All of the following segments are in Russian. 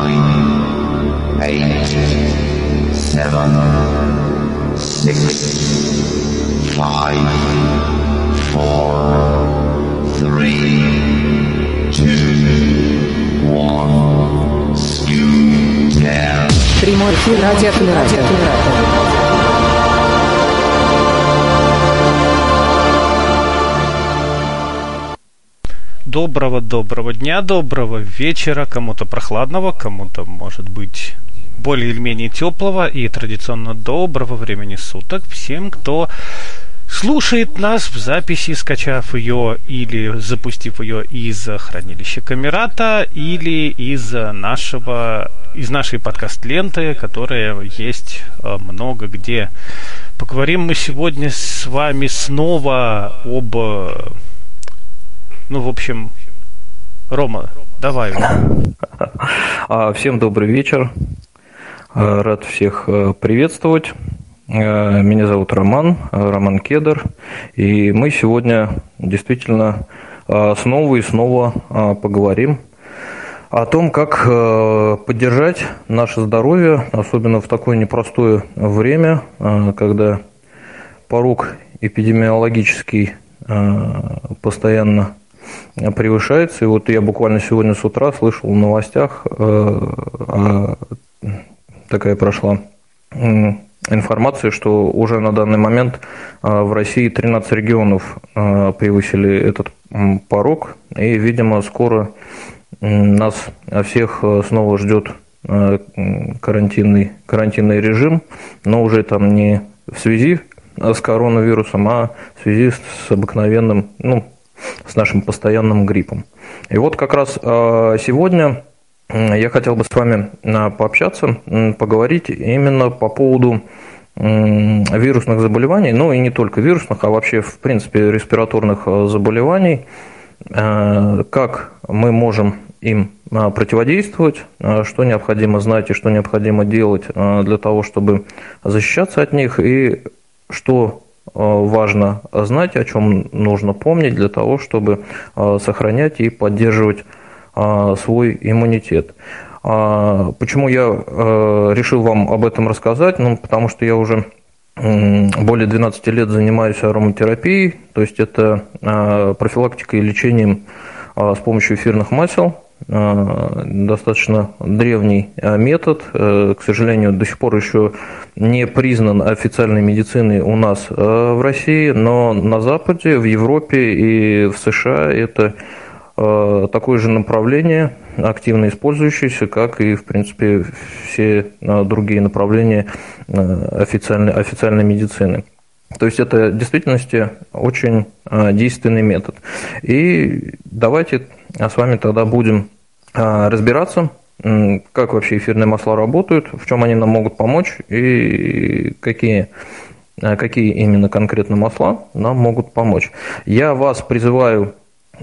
nine, eight, seven, six, five, four, three, two, one, skew. Прямой эфир радиоколлектора. Доброго дня, доброго вечера, кому-то прохладного, кому-то, может быть, более или менее теплого и традиционно доброго времени суток всем, кто слушает нас в записи, скачав ее или запустив ее из хранилища Камерата или из нашей подкаст-ленты, которая есть много где. Поговорим мы сегодня с вами снова об... в общем, Рома, давай. Всем добрый вечер. Рад всех приветствовать. Меня зовут Роман Кедр. И мы сегодня действительно снова и снова поговорим о том, как поддержать наше здоровье, особенно в такое непростое время, когда порог эпидемиологический постоянно превышается. И вот я буквально сегодня с утра слышал в новостях, такая прошла информация, что уже на данный момент в России 13 регионов превысили этот порог, и, видимо, скоро нас всех снова ждет карантинный режим, но уже там не в связи с коронавирусом, а в связи с обыкновенным, с нашим постоянным гриппом. И вот как раз сегодня я хотел бы с вами пообщаться, поговорить именно по поводу вирусных заболеваний, и не только вирусных, а вообще, в принципе, респираторных заболеваний, как мы можем им противодействовать, что необходимо знать и что необходимо делать для того, чтобы защищаться от них, и что важно знать, о чем нужно помнить для того, чтобы сохранять и поддерживать свой иммунитет. Почему я решил вам об этом рассказать? Потому что я уже более 12 лет занимаюсь ароматерапией, то есть это профилактика и лечением с помощью эфирных масел. Достаточно древний метод, к сожалению, до сих пор еще не признан официальной медициной у нас в России, но на Западе, в Европе и в США это такое же направление, активно использующееся, как и, в принципе, все другие направления официальной медицины. То есть это в действительности очень действенный метод. И давайте с вами тогда будем разбираться, как вообще эфирные масла работают, в чем они нам могут помочь и какие именно конкретно масла нам могут помочь. Я вас призываю,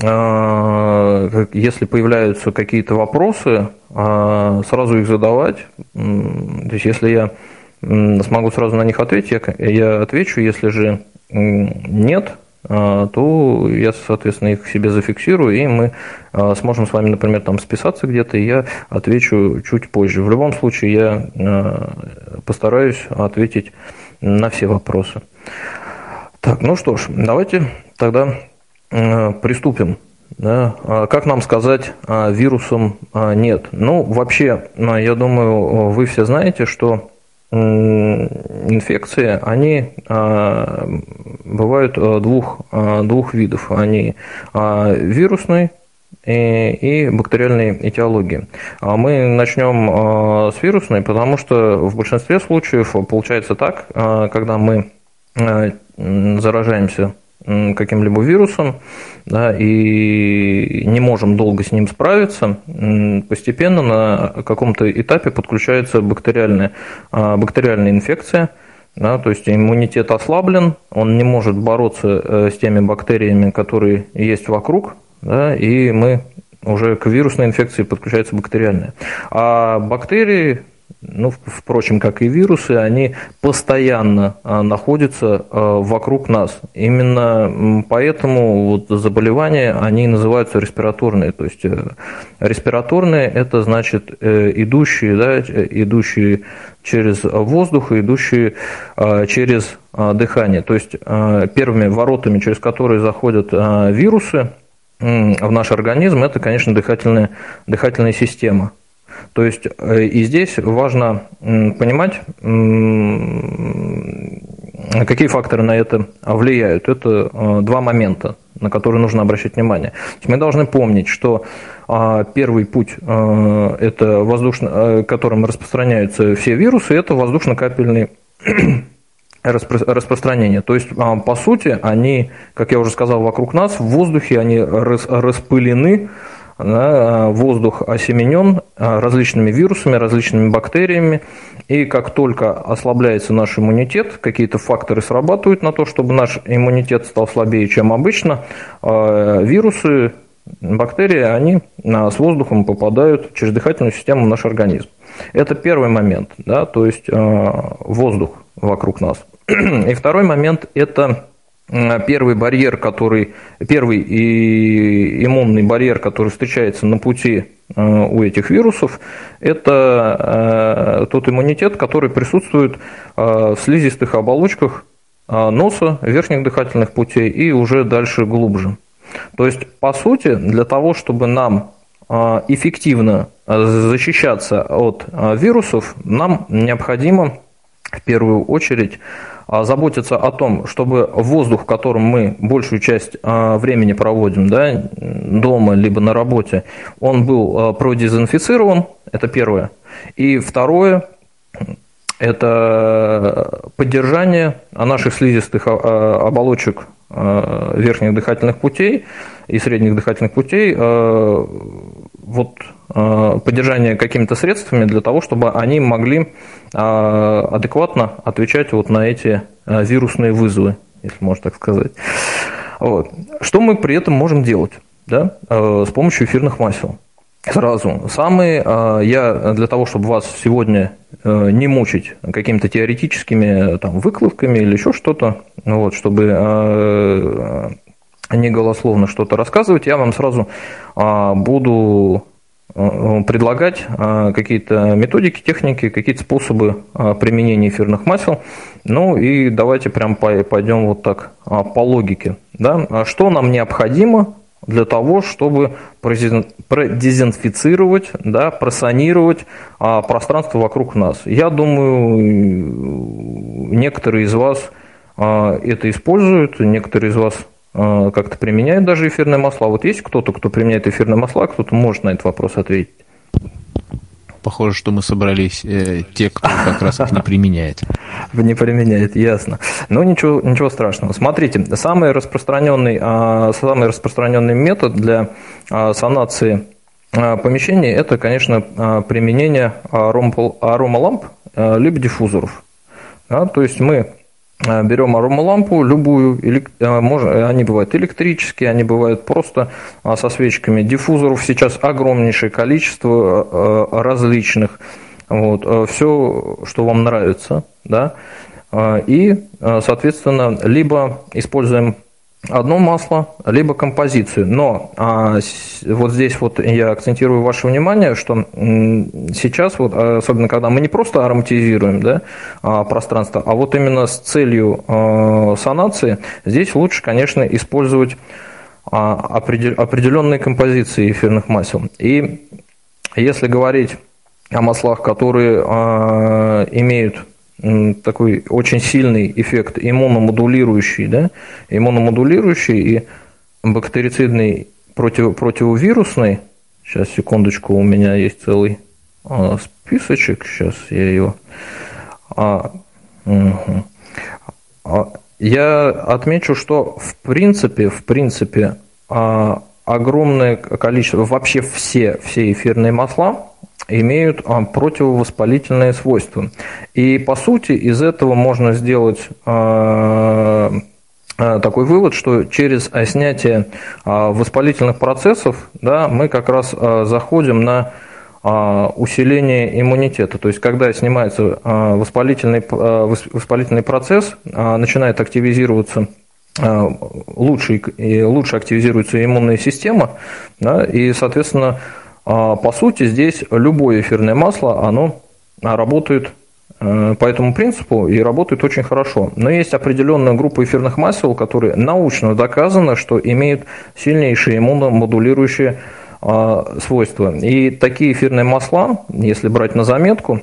если появляются какие-то вопросы, сразу их задавать. То есть если я смогу сразу на них ответить, я отвечу. Если же нет, то я, соответственно, их себе зафиксирую, и мы сможем с вами, например, там списаться где-то, и я отвечу чуть позже. В любом случае я постараюсь ответить на все вопросы. Так, что ж, давайте тогда приступим. Да? Как нам сказать вирусом нет? Вообще, я думаю, вы все знаете, что инфекции, они бывают двух видов. Они вирусные и бактериальной этиологии. Мы начнем с вирусной, потому что в большинстве случаев получается так, когда мы заражаемся каким-либо вирусом, да, и не можем долго с ним справиться, постепенно на каком-то этапе подключается бактериальная инфекция, да, то есть иммунитет ослаблен, он не может бороться с теми бактериями, которые есть вокруг, да, и мы уже к вирусной инфекции подключается бактериальная. А бактерии ну, впрочем, как и вирусы, они постоянно находятся вокруг нас. Именно поэтому вот заболевания, они называются респираторные. То есть респираторные – это значит идущие через воздух, идущие через дыхание. То есть первыми воротами, через которые заходят вирусы в наш организм, это, конечно, дыхательная система. То есть и здесь важно понимать, какие факторы на это влияют. Это два момента, на которые нужно обращать внимание. Мы должны помнить, что первый путь, это которым распространяются все вирусы, это воздушно-капельные распространение. То есть, по сути, они, как я уже сказал, вокруг нас, в воздухе, они распылены, воздух осеменен различными вирусами, различными бактериями, и как только ослабляется наш иммунитет, какие-то факторы срабатывают на то, чтобы наш иммунитет стал слабее, чем обычно, вирусы, бактерии, они с воздухом попадают через дыхательную систему в наш организм. Это первый момент, да, то есть воздух вокруг нас. И второй момент – это первый иммунный барьер, который встречается на пути у этих вирусов, это тот иммунитет, который присутствует в слизистых оболочках носа, верхних дыхательных путей и уже дальше глубже. То есть, по сути, для того, чтобы нам эффективно защищаться от вирусов, нам необходимо в первую очередь заботиться о том, чтобы воздух, в котором мы большую часть времени проводим, да, дома либо на работе, он был продезинфицирован, это первое. И второе, это поддержание наших слизистых оболочек верхних дыхательных путей и средних дыхательных путей, поддержание какими-то средствами для того, чтобы они могли адекватно отвечать вот на эти вирусные вызовы, если можно так сказать. Вот. Что мы при этом можем делать, да, с помощью эфирных масел? Сразу. Я для того, чтобы вас сегодня не мучить какими-то теоретическими выкладками или еще что-то, вот, чтобы не голословно что-то рассказывать, я вам сразу буду предлагать какие-то методики, техники, какие-то способы применения эфирных масел. Ну и давайте прям пойдем вот так по логике. Да? Что нам необходимо для того, чтобы продезинфицировать, да, просанировать пространство вокруг нас? Я думаю, некоторые из вас это используют, некоторые из вас как-то применяют даже эфирные масла. Вот есть кто-то, кто применяет эфирные масла, кто-то может на этот вопрос ответить? Похоже, что мы собрались те, кто как раз их не применяет. Не применяет, ясно. Но ничего страшного. Смотрите, самый распространенный метод для санации помещений – это, конечно, применение аромаламп либо диффузоров. Да, то есть мы берем аромалампу любую, они бывают электрические, они бывают просто со свечками. Диффузоров сейчас огромнейшее количество различных. Вот, все, что вам нравится, да, и, соответственно, либо используем одно масло, либо композицию. Но вот здесь вот я акцентирую ваше внимание, что сейчас, вот, особенно когда мы не просто ароматизируем, да, пространство, а вот именно с целью санации, здесь лучше, конечно, использовать определенные композиции эфирных масел. И если говорить о маслах, которые имеют такой очень сильный эффект иммуномодулирующий, да, иммуномодулирующий и бактерицидный противовирусный. Сейчас, секундочку, у меня есть целый списочек, сейчас я его... Я отмечу, что в принципе, огромное количество, вообще все эфирные масла имеют противовоспалительные свойства. И, по сути, из этого можно сделать такой вывод, что через снятие воспалительных процессов, да, мы как раз заходим на усиление иммунитета. То есть, когда снимается воспалительный процесс, начинает активизироваться лучше активизируется иммунная система, да, и, соответственно, по сути, здесь любое эфирное масло, оно работает по этому принципу и работает очень хорошо. Но есть определенная группа эфирных масел, которые научно доказано, что имеют сильнейшие иммуномодулирующие свойства. И такие эфирные масла, если брать на заметку,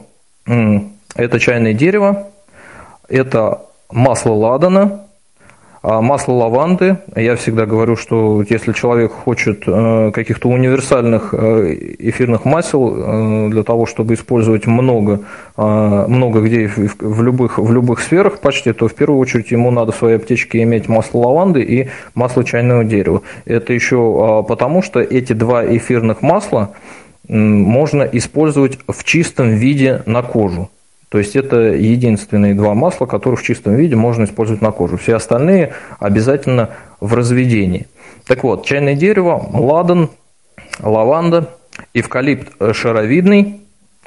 это чайное дерево, это масло ладана, масло лаванды. Я всегда говорю, что если человек хочет каких-то универсальных эфирных масел для того, чтобы использовать много где в любых сферах почти, то в первую очередь ему надо в своей аптечке иметь масло лаванды и масло чайного дерева. Это еще потому, что эти два эфирных масла можно использовать в чистом виде на кожу. То есть это единственные два масла, которые в чистом виде можно использовать на кожу. Все остальные обязательно в разведении. Так вот, чайное дерево, ладан, лаванда, эвкалипт шаровидный,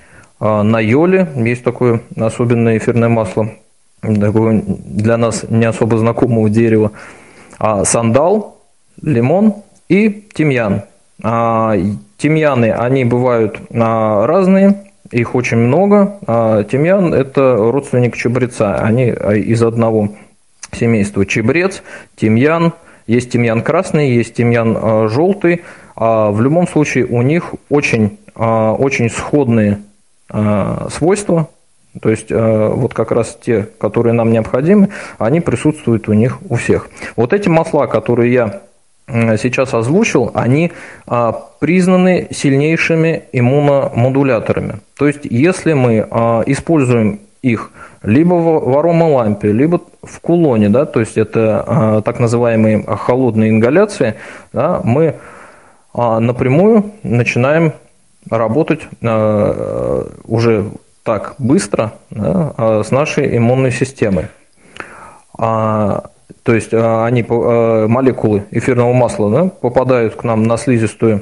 найоли, есть такое особенное эфирное масло, такое для нас не особо знакомого дерева, сандал, лимон и тимьян. Тимьяны, они бывают разные. Их очень много. Тимьян – это родственник чабреца. Они из одного семейства. Чабрец, тимьян. Есть тимьян красный, есть тимьян желтый. В любом случае у них очень сходные свойства. То есть вот как раз те, которые нам необходимы, они присутствуют у них у всех. Вот эти масла, которые я сейчас озвучил, они признаны сильнейшими иммуномодуляторами. То есть, если мы используем их либо в аромалампе, либо в кулоне, да, то есть это так называемые холодные ингаляции, да, мы напрямую начинаем работать уже так быстро, да, с нашей иммунной системой. То есть молекулы эфирного масла, да, попадают к нам на слизистую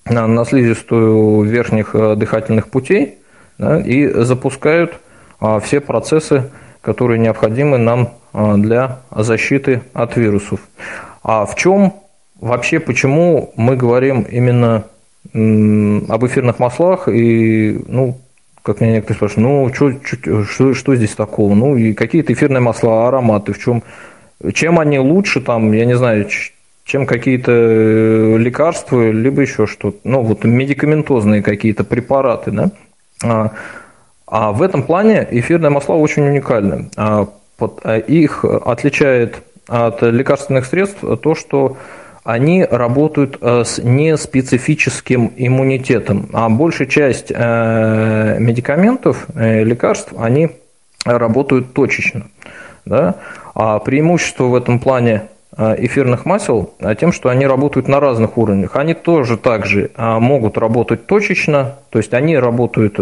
верхних дыхательных путей, да, и запускают все процессы, которые необходимы нам для защиты от вирусов. А в чем вообще, почему мы говорим именно об эфирных маслах и, как меня некоторые спрашивают, что здесь такого? И какие-то эфирные масла, ароматы, чем они лучше, я не знаю, чем какие-то лекарства, либо еще что-то, медикаментозные какие-то препараты, да? А в этом плане эфирные масла очень уникальны. Их отличает от лекарственных средств то, что они работают с неспецифическим иммунитетом, а большая часть медикаментов, лекарств, они работают точечно, да? А преимущество в этом плане эфирных масел тем, что они работают на разных уровнях. Они тоже также могут работать точечно, то есть они работают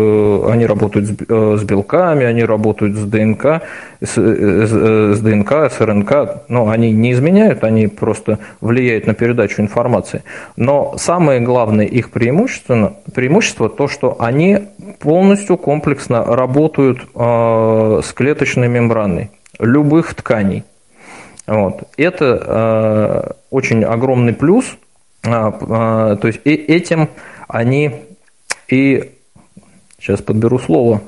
с белками, они работают с ДНК, с РНК, но они не изменяют, они просто влияют на передачу информации. Но самое главное их преимущество то, что они полностью комплексно работают с клеточной мембраной любых тканей. Вот. Это очень огромный плюс. То есть этим они сейчас подберу слово,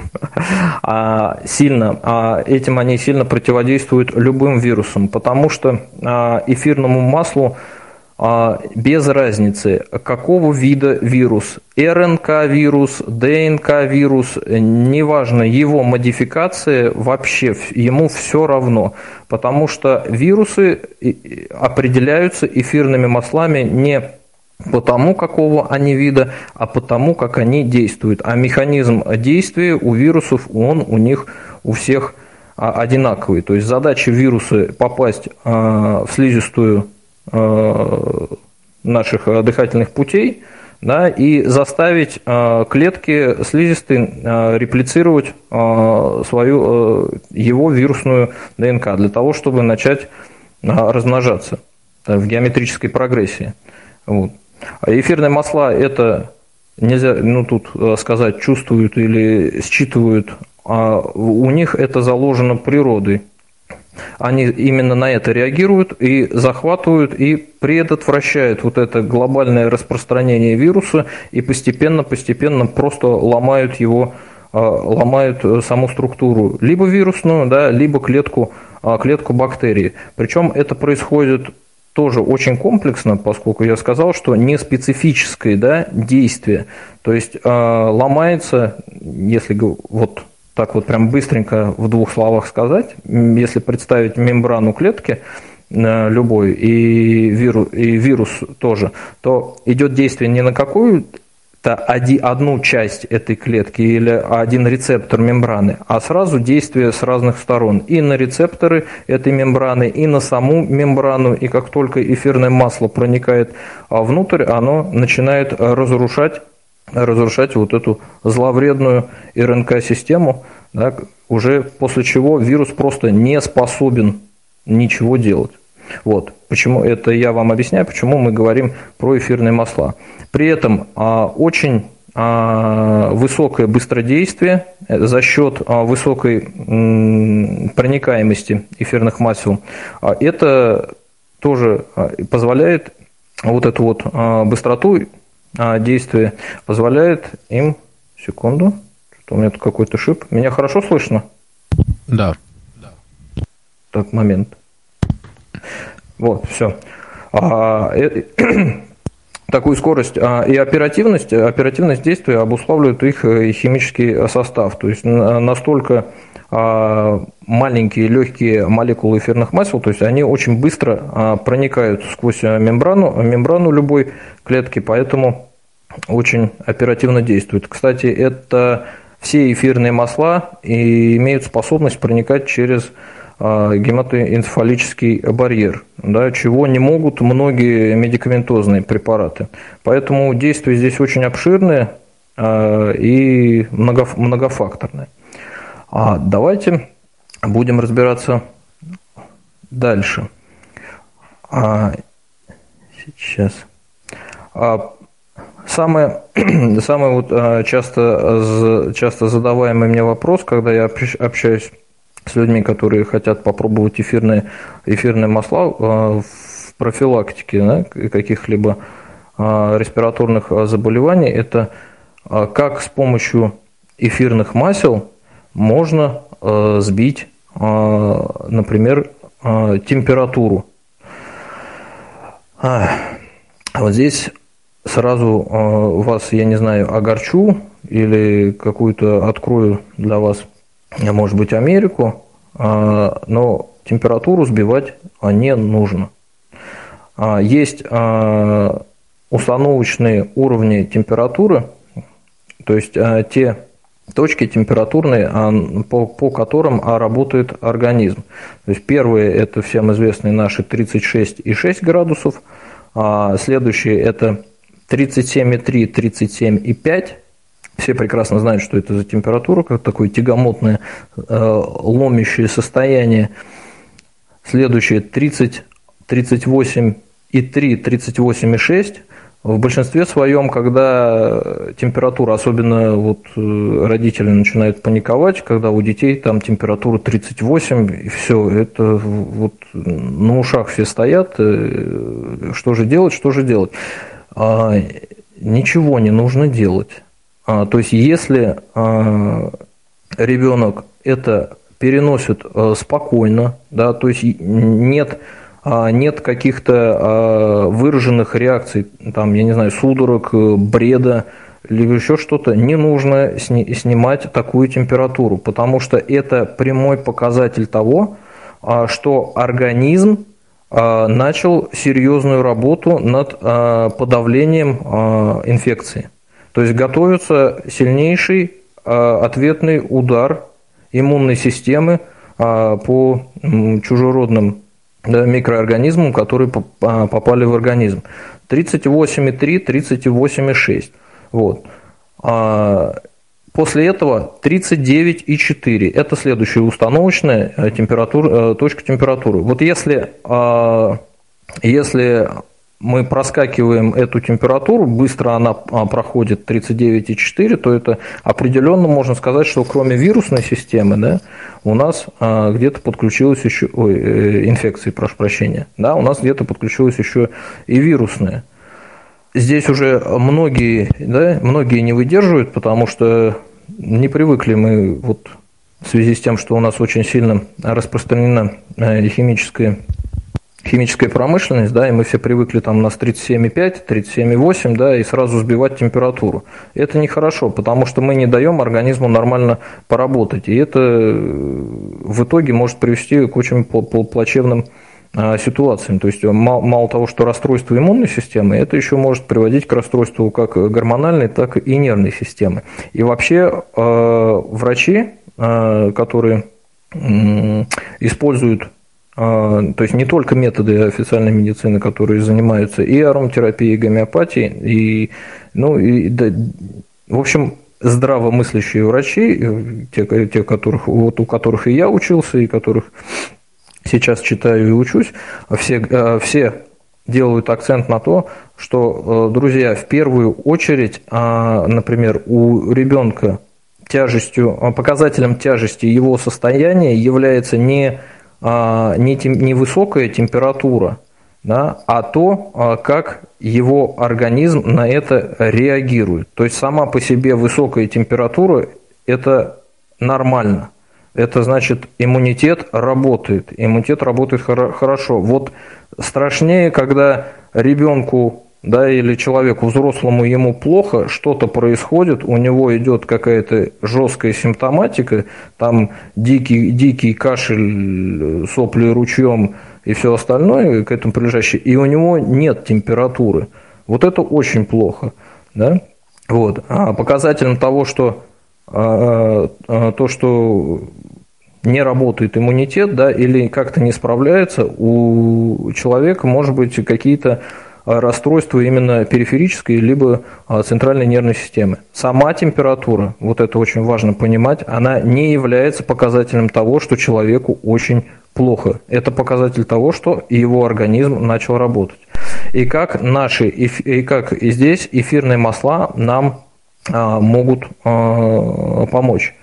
этим они сильно противодействуют любым вирусам, потому что эфирному маслу без разницы, какого вида вирус, РНК-вирус, ДНК-вирус, неважно, его модификация, вообще ему все равно, потому что вирусы определяются эфирными маслами не потому, какого они вида, а потому, как они действуют. А механизм действия у вирусов, он у них у всех одинаковый. То есть задача вируса попасть в слизистую наших дыхательных путей, да, и заставить клетки слизистой реплицировать его вирусную ДНК для того, чтобы начать размножаться в геометрической прогрессии. Вот. Эфирные масла – это нельзя, тут сказать, чувствуют или считывают, у них это заложено природой. Они именно на это реагируют и захватывают, и предотвращают вот это глобальное распространение вируса, и постепенно просто ломают саму структуру, либо вирусную, да, либо клетку бактерии. Причем это происходит тоже очень комплексно, поскольку я сказал, что не специфическое, да, действие. То есть ломается, если вот так вот прям быстренько в двух словах сказать, если представить мембрану клетки любой и вирус тоже, то идет действие не на какую-то одну часть этой клетки или один рецептор мембраны, а сразу действие с разных сторон. И на рецепторы этой мембраны, и на саму мембрану. И как только эфирное масло проникает внутрь, оно начинает разрушать вот эту зловредную РНК-систему, да, уже после чего вирус просто не способен ничего делать. Вот. Почему это я вам объясняю, почему мы говорим про эфирные масла. При этом очень высокое быстродействие за счет высокой проникаемости эфирных масел. Это тоже позволяет вот эту вот быстроту действия, позволяет им... Секунду. Что-то у меня тут какой-то шип. Меня хорошо слышно? Да. Так, момент. Вот, все. Такую скорость и оперативность действия обуславливают их химический состав. То есть настолько маленькие легкие молекулы эфирных масел, то есть они очень быстро проникают сквозь мембрану любой клетки, поэтому очень оперативно действуют. Кстати, это все эфирные масла и имеют способность проникать через гематоэнцефалический барьер, да, чего не могут многие медикаментозные препараты. Поэтому действие здесь очень обширное и многофакторное. Давайте будем разбираться дальше. Сейчас. Самый вот часто задаваемый мне вопрос, когда я общаюсь с людьми, которые хотят попробовать эфирные масла в профилактике, да, каких-либо респираторных заболеваний, это как с помощью эфирных масел можно сбить, например, температуру. Вот здесь сразу вас, я не знаю, огорчу или какую-то открою для вас, может быть, Америку, но температуру сбивать не нужно. Есть установочные уровни температуры, то есть те точки температурные, по которым работает организм. То есть первые – это всем известные наши 36,6 градусов, следующие – это 37,3, 37,5. Все прекрасно знают, что это за температура, как такое тягомотное, ломящее состояние. Следующее 30, 38,3, 38,6. В большинстве своем, когда температура, особенно вот родители начинают паниковать, когда у детей там температура 38, и все, это вот на ушах все стоят, что же делать? Ничего не нужно делать. То есть, если ребенок это переносит спокойно, да, то есть нет каких-то выраженных реакций, там, я не знаю, судорог, бреда, либо еще что-то, не нужно снимать такую температуру, потому что это прямой показатель того, что организм начал серьезную работу над подавлением инфекции. То есть готовится сильнейший ответный удар иммунной системы по чужеродным, да, микроорганизмам, которые попали в организм. 38,3, 38,6. Вот. После этого 39,4. Это следующая установочная точка температуры. Вот если мы проскакиваем эту температуру, быстро она проходит 39,4, то это определенно можно сказать, что кроме вирусной системы, да, у нас где-то подключилась еще, инфекции, прошу прощения, да, у нас где-то подключилась еще и вирусная. Здесь уже многие не выдерживают, потому что не привыкли мы вот в связи с тем, что у нас очень сильно распространена химическая промышленность, да, и мы все привыкли, там у нас 37,5, 37,8, да, и сразу сбивать температуру. Это нехорошо, потому что мы не даем организму нормально поработать, и это в итоге может привести к очень плачевным ситуациям. То есть мало того, что расстройство иммунной системы, это еще может приводить к расстройству как гормональной, так и нервной системы. И вообще врачи, которые используют, то есть не только методы официальной медицины, которые занимаются и ароматерапией, и гомеопатией, в общем, здравомыслящие врачи, у которых и я учился, и которых сейчас читаю и учусь, все делают акцент на то, что, друзья, в первую очередь, например, у ребенка показателем тяжести его состояния является не высокая температура, да, а то, как его организм на это реагирует. То есть сама по себе высокая температура – это нормально. Это значит, иммунитет работает хорошо. Вот страшнее, когда ребенку, да, или человеку взрослому ему плохо, что-то происходит, у него идет какая-то жесткая симптоматика, там дикий кашель, сопли ручьем и все остальное к этому прилежащее, и у него нет температуры. Вот это очень плохо, да? Вот. А показателем того, что не работает иммунитет, да, или как-то не справляется, у человека может быть какие-то расстройства именно периферической либо центральной нервной системы. Сама температура, вот это очень важно понимать, она не является показателем того, что человеку очень плохо. Это показатель того, что его организм начал работать. И как и здесь эфирные масла нам могут помочь.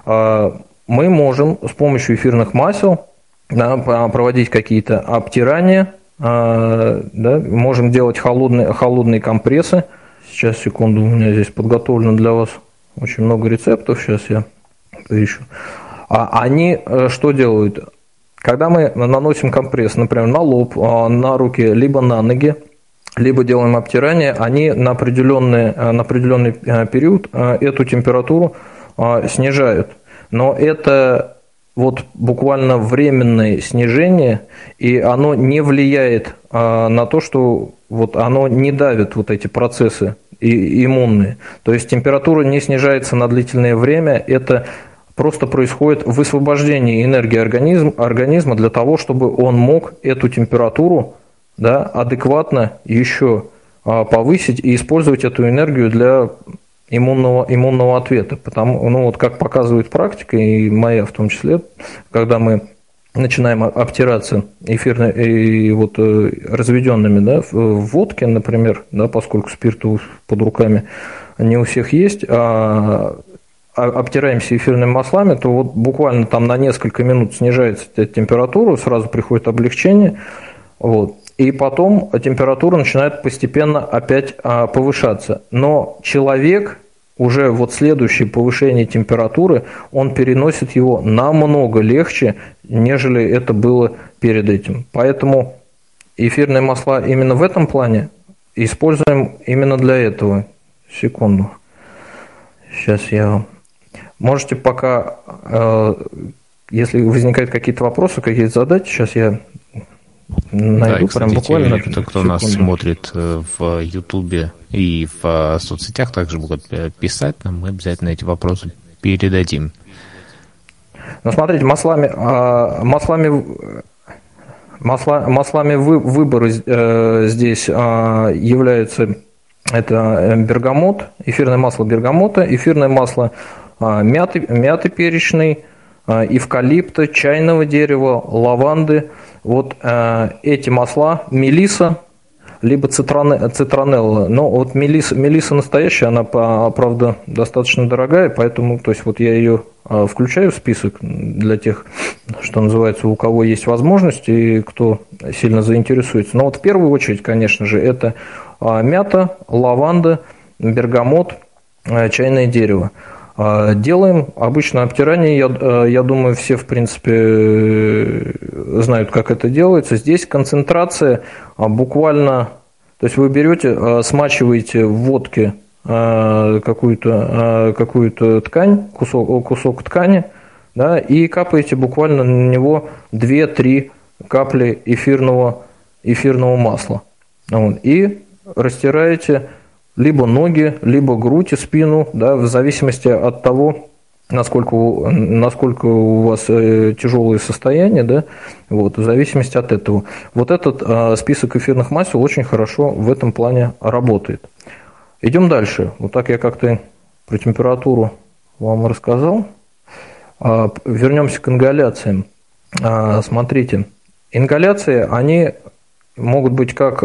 Мы можем с помощью эфирных масел, да, проводить какие-то обтирания, да, можем делать холодные компрессы. Сейчас, секунду, у меня здесь подготовлено для вас очень много рецептов, сейчас я поищу. Они что делают? Когда мы наносим компресс, например, на лоб, на руки, либо на ноги, либо делаем обтирание, они на определенный период эту температуру снижают. Но это вот буквально временное снижение, и оно не влияет на то, что вот оно не давит вот эти процессы иммунные. То есть температура не снижается на длительное время, это просто происходит высвобождение энергии организма для того, чтобы он мог эту температуру, да, адекватно еще повысить и использовать эту энергию для иммунного ответа. Потому, вот как показывает практика, и моя в том числе, когда мы начинаем обтираться разведенными, да, в водке, например, да, поскольку спирту под руками не у всех есть, обтираемся эфирными маслами, то вот буквально там на несколько минут снижается температура, сразу приходит облегчение, вот. И потом температура начинает постепенно опять повышаться. Но человек, уже вот следующее повышение температуры, он переносит его намного легче, нежели это было перед этим. Поэтому эфирные масла именно в этом плане используем именно для этого. Секунду. Сейчас я... Можете пока, если возникают какие-то вопросы, какие-то задать, сейчас я... найду, да, и, кстати, те, кто нас смотрит в Ютубе и в соцсетях, также могут писать нам, мы обязательно эти вопросы передадим. Ну, смотрите, маслами выбора здесь является это бергамот, эфирное масло бергамота, эфирное масло мяты перечной, эвкалипта, чайного дерева, лаванды. Вот эти масла, мелиса, либо цитронелла. Но вот мелисса настоящая, она, правда, достаточно дорогая, поэтому то есть вот я ее включаю в список для тех, что называется, у кого есть возможность и кто сильно заинтересуется. Но вот в первую очередь, конечно же, это мята, лаванда, бергамот, чайное дерево. Делаем обычно обтирание, я думаю, все, в принципе, знают, как это делается. Здесь концентрация буквально, то есть вы берете, смачиваете в водке какую-то ткань, кусок ткани, да, и капаете буквально на него 2-3 капли эфирного масла. И растираете либо ноги, либо грудь и спину, да, в зависимости от того, насколько у вас тяжелое состояние, да, вот, в зависимости от этого. Вот этот список эфирных масел очень хорошо в этом плане работает. Идем дальше. Вот так я как-то про температуру вам рассказал. Вернемся к ингаляциям. Смотрите, ингаляции, они могут быть как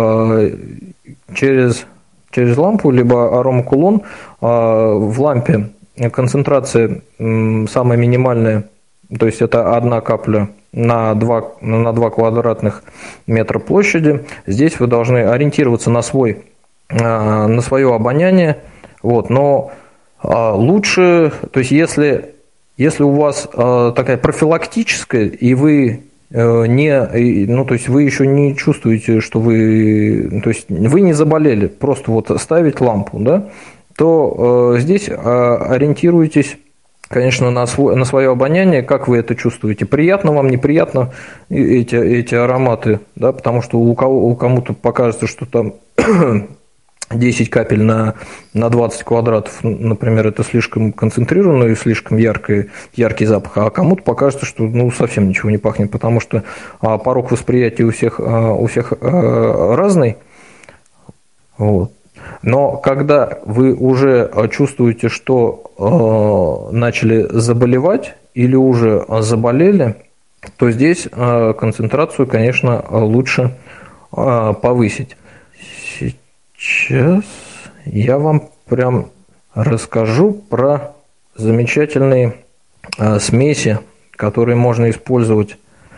через лампу, либо аромакулон. В лампе концентрация самая минимальная, то есть это 1 капля на 2 квадратных метра площади. Здесь вы должны ориентироваться на свое обоняние. Вот, но лучше, то есть если у вас такая профилактическая, и вы то есть вы еще не чувствуете, что вы не заболели, просто вот ставить лампу, да, то здесь ориентируйтесь, конечно, на свое обоняние, как вы это чувствуете, приятно вам, неприятно эти ароматы, да, потому что у кому-то покажется, что там 10 капель на 20 квадратов, например, это слишком концентрированный и слишком яркий запах, а кому-то покажется, что совсем ничего не пахнет, потому что порог восприятия у всех разный. Вот. Но когда вы уже чувствуете, что начали заболевать или уже заболели, то здесь концентрацию, конечно, лучше повысить. Сейчас я вам прям расскажу про замечательные смеси, которые можно использовать.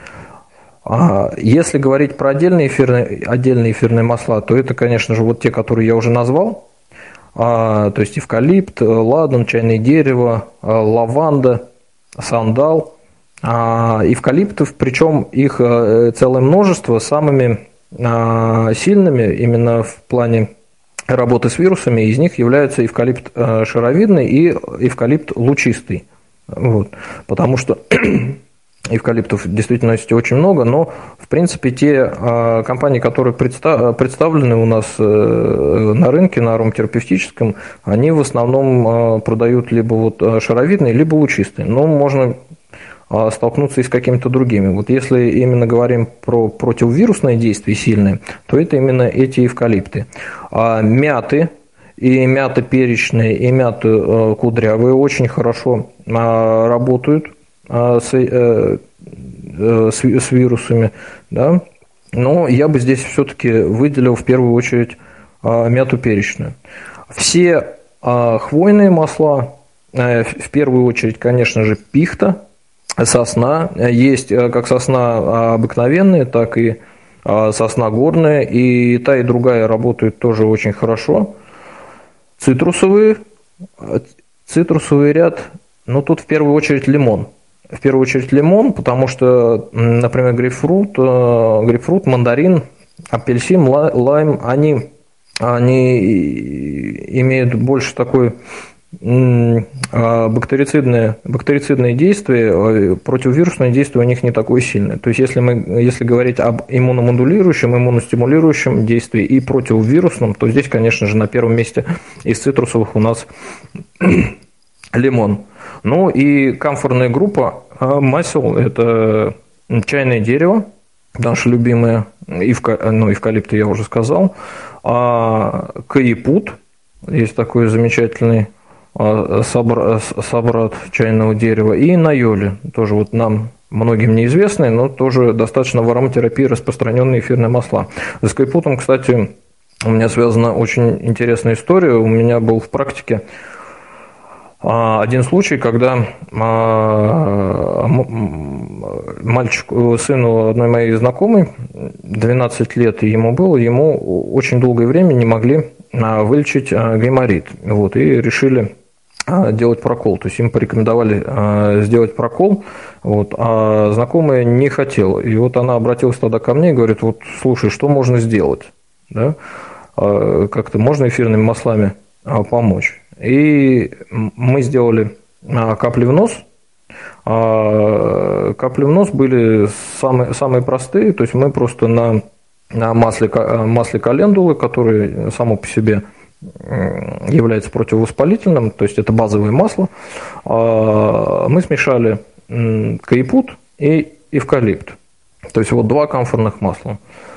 Если говорить про отдельные эфирные масла, то это, конечно же, вот те, которые я уже назвал. То есть эвкалипт, ладан, чайное дерево, лаванда, сандал. Эвкалиптов, причем их целое множество, самыми сильными именно в плане работы с вирусами, из них являются эвкалипт шаровидный и эвкалипт лучистый. Вот. Потому что эвкалиптов в действительности очень много, но в принципе те компании, которые представлены у нас на рынке, на ароматерапевтическом, они в основном продают либо вот шаровидный, либо лучистый. Но можно столкнуться и с какими-то другими. Вот если именно говорим про противовирусное действие сильное, то это именно эти эвкалипты. Мяты, и мята перечная, и мяты кудрявые очень хорошо работают с вирусами, да? Но я бы здесь все-таки выделил в первую очередь мяту перечную. Все хвойные масла, в первую очередь, конечно же, пихта, сосна, есть как сосна обыкновенная, так и сосна горная, и та, и другая работают тоже очень хорошо. Цитрусовый ряд, тут в первую очередь лимон. В первую очередь лимон, потому что, например, грейпфрут, мандарин, апельсин, лайм, они имеют больше такой бактерицидное действие, противовирусное действие у них не такое сильное. То есть если говорить об иммуномодулирующем, иммуностимулирующем действии и противовирусном, то здесь, конечно же, на первом месте из цитрусовых у нас лимон. Ну и камфорная группа масел – это чайное дерево, наше любимое, эвкалипты я уже сказал, каипут, есть такой замечательный собрат чайного дерева, и найоли, тоже вот нам многим неизвестные, но тоже достаточно в ароматерапии распространенные эфирные масла. С кайпутом, кстати, у меня связана очень интересная история. У меня был в практике один случай, когда мальчику, сыну одной моей знакомой, 12 лет ему было, ему очень долгое время не могли вылечить гайморит. Вот, и решили делать прокол. То есть им порекомендовали сделать прокол, вот, а знакомая не хотела. И вот она обратилась тогда ко мне и говорит: вот слушай, что можно сделать? Да? Как-то можно эфирными маслами помочь? И мы сделали капли в нос. Капли в нос были самые простые, то есть мы просто на масле календулы, которое само по себе является противовоспалительным, то есть это базовое масло, мы смешали кайпут и эвкалипт. То есть вот два камфорных масла.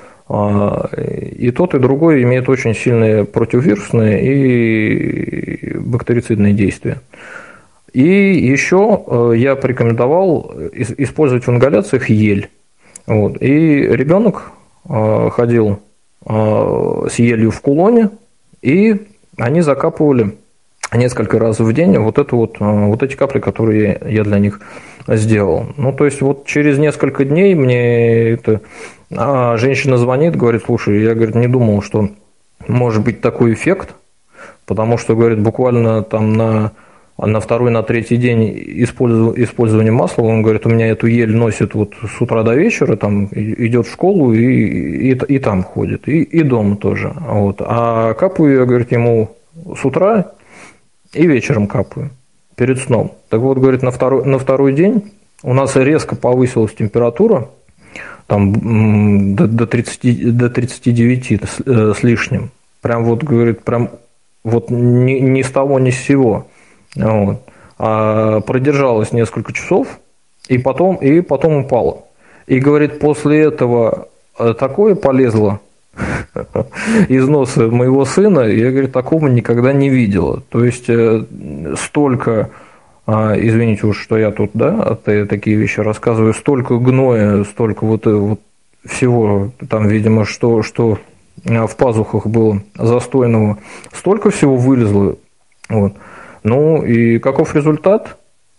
И тот, и другой имеют очень сильные противовирусные и бактерицидные действия. И еще я порекомендовал использовать в ингаляциях ель. Вот. И ребенок ходил с елью в кулоне, и они закапывали несколько раз в день вот эти капли, которые я для них сделал. Ну, то есть вот через несколько дней мне женщина звонит, говорит: слушай, я, говорит, не думал, что может быть такой эффект, потому что, говорит, буквально там на второй, на третий день использования масла, он говорит, у меня эту ель носит вот с утра до вечера, там идет в школу и там ходит, и дома тоже. Вот. А капаю я, говорит, ему с утра и вечером капаю, перед сном. Так вот, говорит, на второй день у нас резко повысилась температура, там до 39 с лишним. Прям вот, говорит, прям вот ни с того, ни с сего. Вот. Продержалась несколько часов, и потом упала. И, говорит, после этого такое полезло из носа моего сына, я, говорит, такого никогда не видела. То есть столько, извините уж, что я тут, да, такие вещи рассказываю, столько гноя, столько вот всего, там, видимо, что в пазухах было застойного, столько всего вылезло. Вот. Ну и каков результат?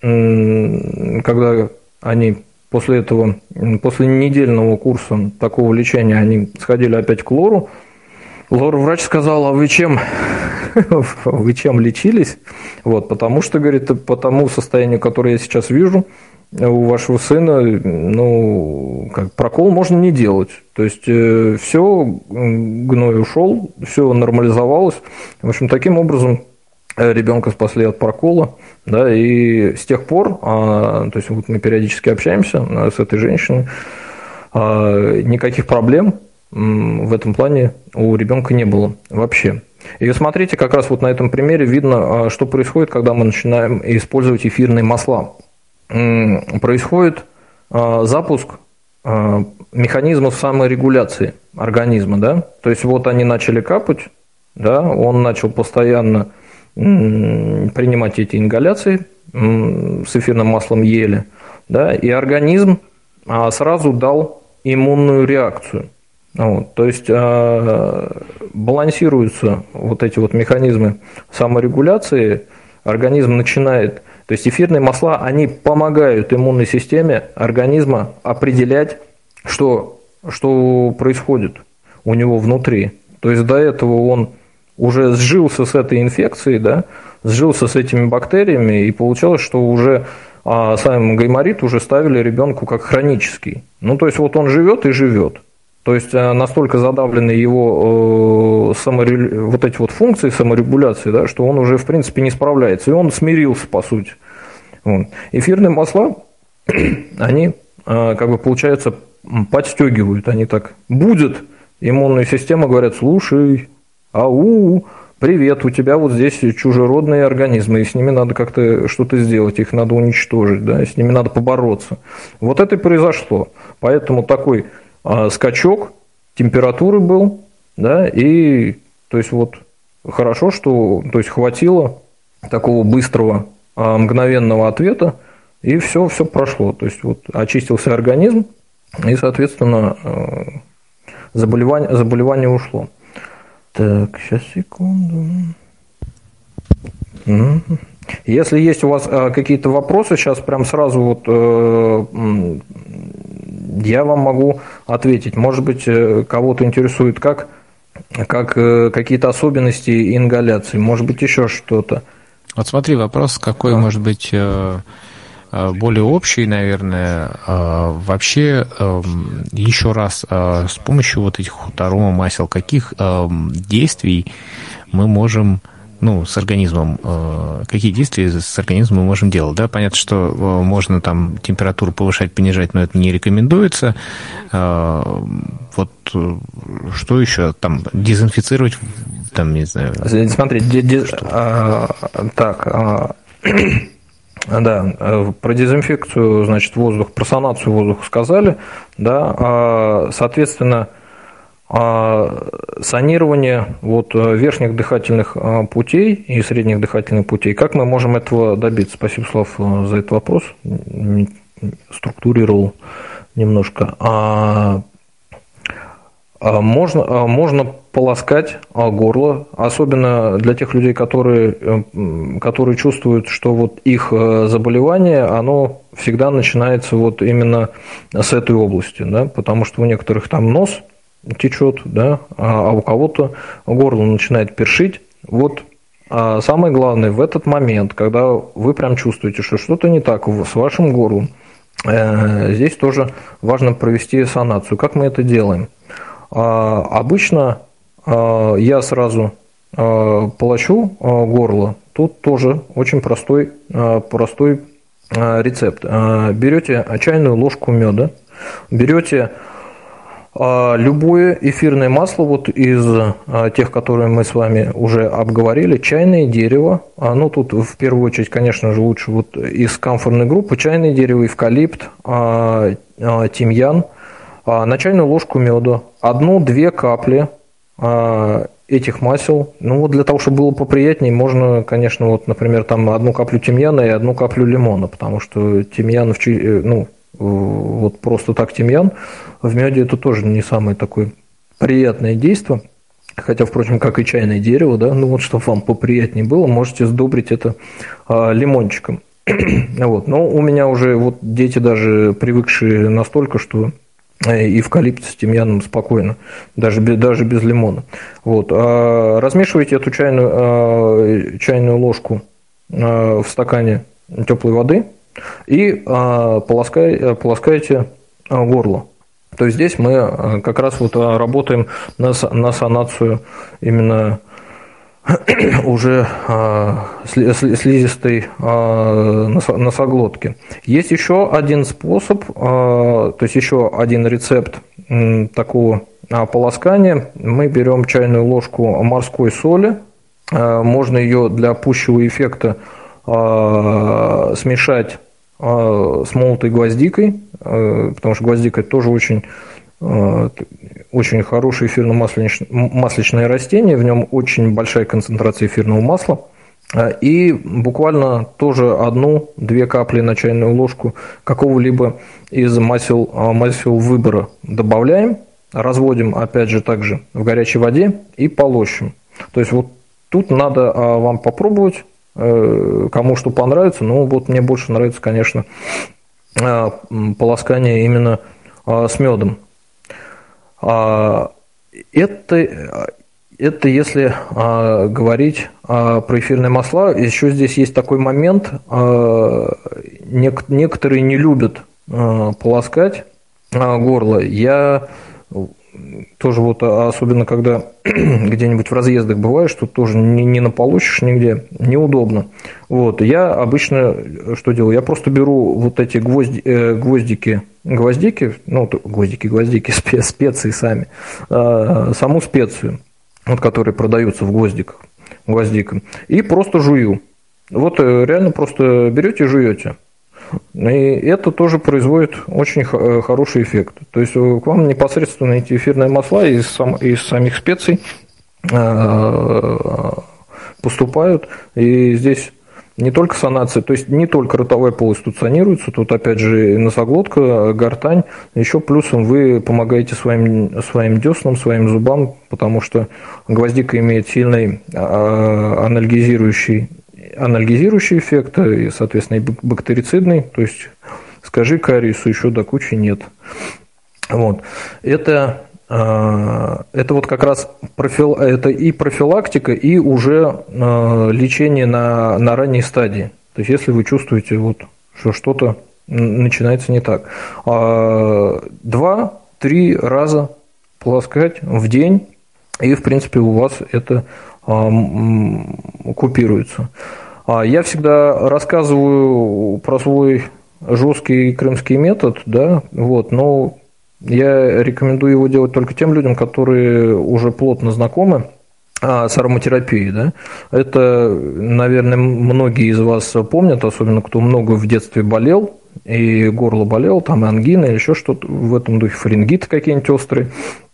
Когда они после недельного курса такого лечения, они сходили опять к лору, лор-врач сказал: а вы чем лечились? Вот, потому что, говорит, по тому состоянию, которое я сейчас вижу у вашего сына, ну, прокол можно не делать. То есть все, гной ушел, все нормализовалось. В общем, таким образом ребенка спасли от прокола, да, и с тех пор, то есть вот мы периодически общаемся с этой женщиной, никаких проблем в этом плане у ребенка не было вообще. И смотрите, как раз вот на этом примере видно, что происходит, когда мы начинаем использовать эфирные масла. Происходит запуск механизмов саморегуляции организма, да, то есть вот они начали капать, да, он начал постоянно принимать эти ингаляции с эфирным маслом ели, да, и организм сразу дал иммунную реакцию. Вот, то есть балансируются вот эти вот механизмы саморегуляции, организм начинает, то есть эфирные масла, они помогают иммунной системе организма определять, что происходит у него внутри. То есть до этого он уже сжился с этой инфекцией, да, сжился с этими бактериями, и получалось, что уже сам гайморит уже ставили ребенку как хронический. Ну, то есть вот он живет и живет. То есть настолько задавлены его вот эти вот функции саморегуляции, да, что он уже в принципе не справляется, и он смирился по сути. Вот. Эфирные масла, они как бы получается подстегивают, они так будут иммунную систему, говорят: слушай, ау, привет, у тебя вот здесь чужеродные организмы, и с ними надо как-то что-то сделать, их надо уничтожить, да, с ними надо побороться. Вот это и произошло. Поэтому такой скачок температуры был, да, и то есть вот хорошо, что то есть хватило такого быстрого, мгновенного ответа и все прошло. То есть вот очистился организм, и, соответственно, заболевание ушло. Так, сейчас, секунду. Если есть у вас какие-то вопросы, сейчас прям сразу вот я вам могу ответить. Может быть, кого-то интересует, как какие-то особенности ингаляции, может быть, еще что-то. Вот смотри, вопрос какой, может быть, более общий, наверное. Вообще, еще раз, с помощью вот этих аромамасел, каких действий мы можем, с организмом, какие действия с организмом мы можем делать? Да, понятно, что можно там температуру повышать, понижать, но это не рекомендуется. Вот что еще? Там дезинфицировать, там, не знаю. Смотри, да, про дезинфекцию, значит, воздух, про санацию воздуха сказали, да, соответственно, санирование вот верхних дыхательных путей и средних дыхательных путей. Как мы можем этого добиться? Спасибо, Слав, за этот вопрос. Структурировал немножко. Можно полоскать горло, особенно для тех людей, которые чувствуют, что вот их заболевание, оно всегда начинается вот именно с этой области, да, потому что у некоторых там нос течет, да, а у кого-то горло начинает першить. Вот самое главное в этот момент, когда вы прям чувствуете, что что-то не так с вашим горлом, здесь тоже важно провести санацию. Как мы это делаем? Обычно я сразу полощу горло. Тут тоже очень простой рецепт. Берете чайную ложку меда, берете любое эфирное масло, вот из тех, которые мы с вами уже обговорили, чайное дерево, тут в первую очередь, конечно же, лучше вот из камфорной группы, чайное дерево, эвкалипт, тимьян, на чайную ложку меда, 1-2 капли этих масел. Вот для того, чтобы было поприятнее, можно, конечно, вот, например, там 1 каплю тимьяна и 1 каплю лимона, потому что тимьян, вот просто так тимьян в меде это тоже не самое такое приятное действие, хотя, впрочем, как и чайное дерево, да, вот чтобы вам поприятнее было, можете сдобрить это лимончиком. Вот. Но у меня уже вот дети даже привыкшие настолько, что эвкалипт с тимьяном спокойно, даже без лимона. Вот. Размешивайте эту чайную ложку в стакане теплой воды и полоскаете горло. То есть здесь мы как раз вот работаем на санацию именно уже слизистой носоглотки. Есть еще один способ, то есть еще один рецепт такого полоскания. Мы берем чайную ложку морской соли, можно ее для пущего эффекта смешать с молотой гвоздикой, потому что гвоздика – это тоже очень хорошее эфирно-масличное растение, в нем очень большая концентрация эфирного масла. И буквально тоже 1-2 капли на чайную ложку какого-либо из масел выбора добавляем, разводим опять же также в горячей воде и полощем. То есть вот тут надо вам попробовать, кому что понравится. Вот мне больше нравится, конечно, полоскание именно с медом. Это если говорить про эфирные масла. Еще здесь есть такой момент. Некоторые не любят полоскать горло. Я тоже вот, особенно когда где-нибудь в разъездах бываю, что тоже не наполощешь нигде, неудобно. Вот, я обычно что делаю? Я просто беру вот эти гвоздики, специи сами, саму специю, вот, которые продаются в гвоздиках, и просто жую. Вот реально просто берете и жуете. И это тоже производит очень хороший эффект. То есть к вам непосредственно эти эфирные масла из самих специй поступают. И здесь не только санация, то есть не только ротовая полость тут санируется, тут опять же носоглотка, гортань, еще плюсом вы помогаете своим деснам, своим зубам, потому что гвоздика имеет сильный анальгезирующий эффект, и, соответственно, и бактерицидный, то есть скажи кариесу еще до кучи нет. Вот. Это вот как раз это и профилактика, и уже лечение на ранней стадии. То есть, если вы чувствуете, вот, что что-то начинается не так. 2-3 раза полоскать в день, и, в принципе, у вас это купируется. Я всегда рассказываю про свой жесткий крымский метод, да, вот, но я рекомендую его делать только тем людям, которые уже плотно знакомы с ароматерапией, да. Это, наверное, многие из вас помнят, особенно кто много в детстве болел, и горло болело, там и ангина, или еще что-то в этом духе, фарингиты какие-нибудь острые.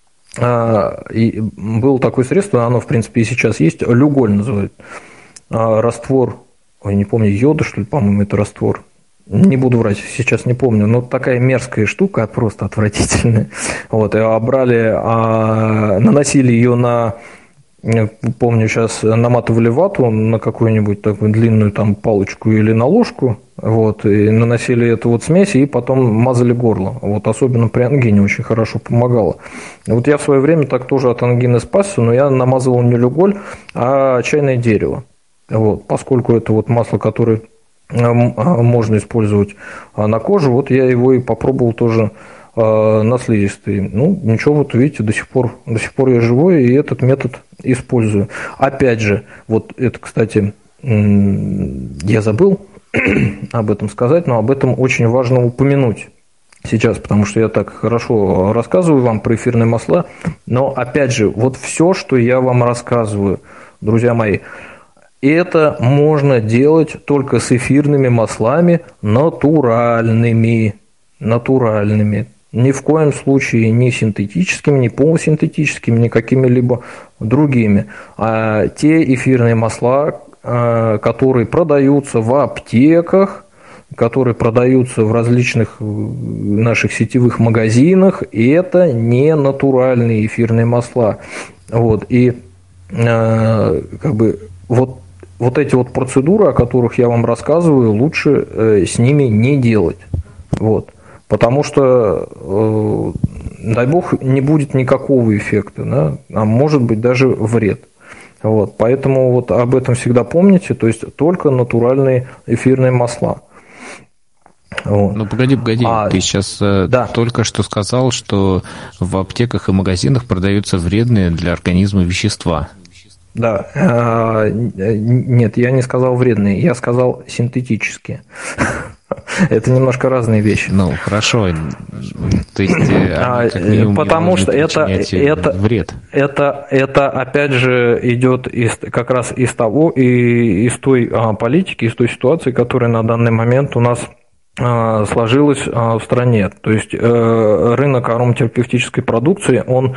И было такое средство, оно, в принципе, и сейчас есть, люголь называют. Раствор, не помню, йода, что ли, по-моему, это раствор. Не буду врать, сейчас не помню, но такая мерзкая штука, просто отвратительная. Вот, наносили ее помню, сейчас наматывали вату на какую-нибудь такую длинную там палочку или на ложку, вот, и наносили эту вот смесь, и потом мазали горло. Вот, особенно при ангине очень хорошо помогало. Вот я в свое время так тоже от ангины спасся, но я намазывал не люголь, а чайное дерево. Вот, поскольку это вот масло, которое можно использовать на коже, вот я его и попробовал тоже на слизистой. Ну, ничего, вот видите, до сих пор я живой, и этот метод использую. Опять же, вот это, кстати, я забыл об этом сказать, но об этом очень важно упомянуть сейчас, потому что я так хорошо рассказываю вам про эфирные масла, но, опять же, вот все, что я вам рассказываю, друзья мои, это можно делать только с эфирными маслами натуральными. Ни в коем случае не синтетическими, не полусинтетическими, ни какими-либо другими. А те эфирные масла, которые продаются в аптеках, которые продаются в различных наших сетевых магазинах, это не натуральные эфирные масла. Вот. И как бы вот эти вот процедуры, о которых я вам рассказываю, лучше с ними не делать. Вот. Потому что, дай бог, не будет никакого эффекта, да? А может быть даже вред. Вот. Поэтому вот об этом всегда помните, то есть только натуральные эфирные масла. Вот. Ну, погоди, ты сейчас только что сказал, что в аптеках и магазинах продаются вредные для организма вещества. Да, нет, я не сказал вредные, я сказал синтетические. Это немножко разные вещи. Ну, хорошо. То есть, потому что это вред. Это опять же идет как раз из той политики, из той ситуации, которая на данный момент у нас сложилась в стране. То есть рынок ароматерапевтической продукции, он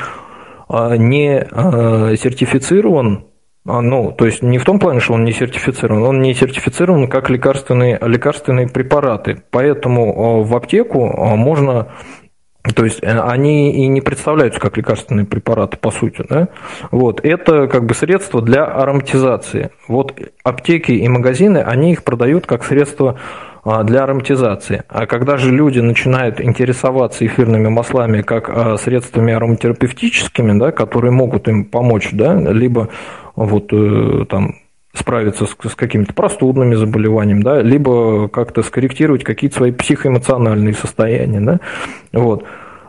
не сертифицирован, ну, то есть не в том плане, что он не сертифицирован как лекарственные препараты. Поэтому в аптеку можно, то есть они и не представляются как лекарственные препараты, по сути, да? Вот, это как бы средство для ароматизации. Вот аптеки и магазины, они их продают как средство для ароматизации. А когда же люди начинают интересоваться эфирными маслами как средствами ароматерапевтическими, да, которые могут им помочь, да, либо вот там справиться с какими-то простудными заболеваниями, да, либо как-то скорректировать какие-то свои психоэмоциональные состояния, да, вот,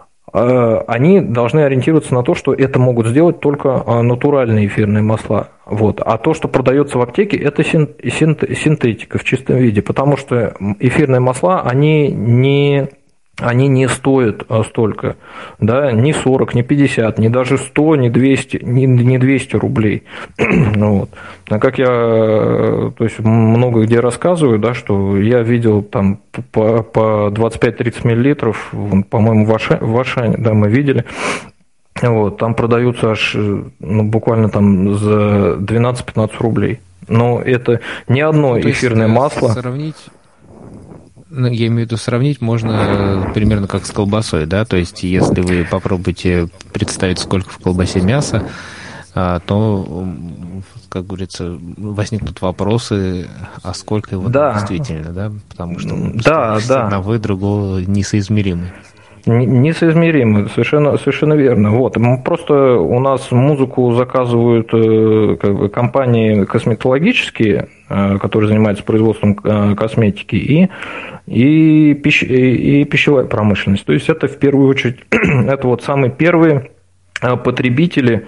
они должны ориентироваться на то, что это могут сделать только натуральные эфирные масла. Вот. А то, что продается в аптеке, это синтетика в чистом виде, потому что эфирные масла, они не стоят столько, да, ни 40, ни 50, ни даже 100, ни 200, ни 200 рублей. Вот. А как я, то есть, много где рассказываю, да, что я видел там по 25-30 миллилитров, по-моему, в Ашане, да, мы видели. Вот, там продаются аж буквально там за 12-15 рублей. но это не одно эфирное масло. Сравнить... Ну, я имею в виду, сравнить можно примерно как с колбасой, да? То есть, если вы попробуете представить, сколько в колбасе мяса, то, как говорится, возникнут вопросы, а сколько его действительно, да? Потому что одного и другого несоизмеримы. Несоизмеримы, совершенно верно. Вот. Просто у нас музыку заказывают компании косметологические, которые занимаются производством косметики, и пищевая промышленность. То есть это в первую очередь это вот самые первые потребители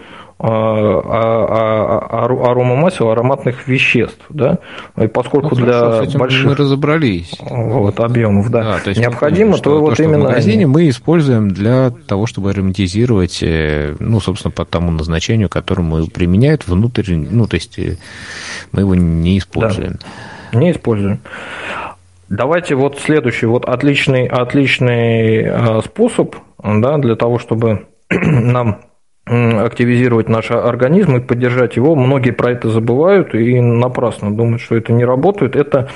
аромамасел, ароматных веществ, да, и поскольку для больших мы разобрались объемов, да, то есть необходимо, то вот именно в магазине мы используем для того, чтобы ароматизировать, ну, собственно, по тому назначению, которому применяют внутрь, ну, то есть мы его не используем. Да, не используем. Давайте вот следующий, вот отличный способ, да, для того, чтобы нам активизировать наш организм и поддержать его. Многие про это забывают и напрасно думают, что это не работает. Это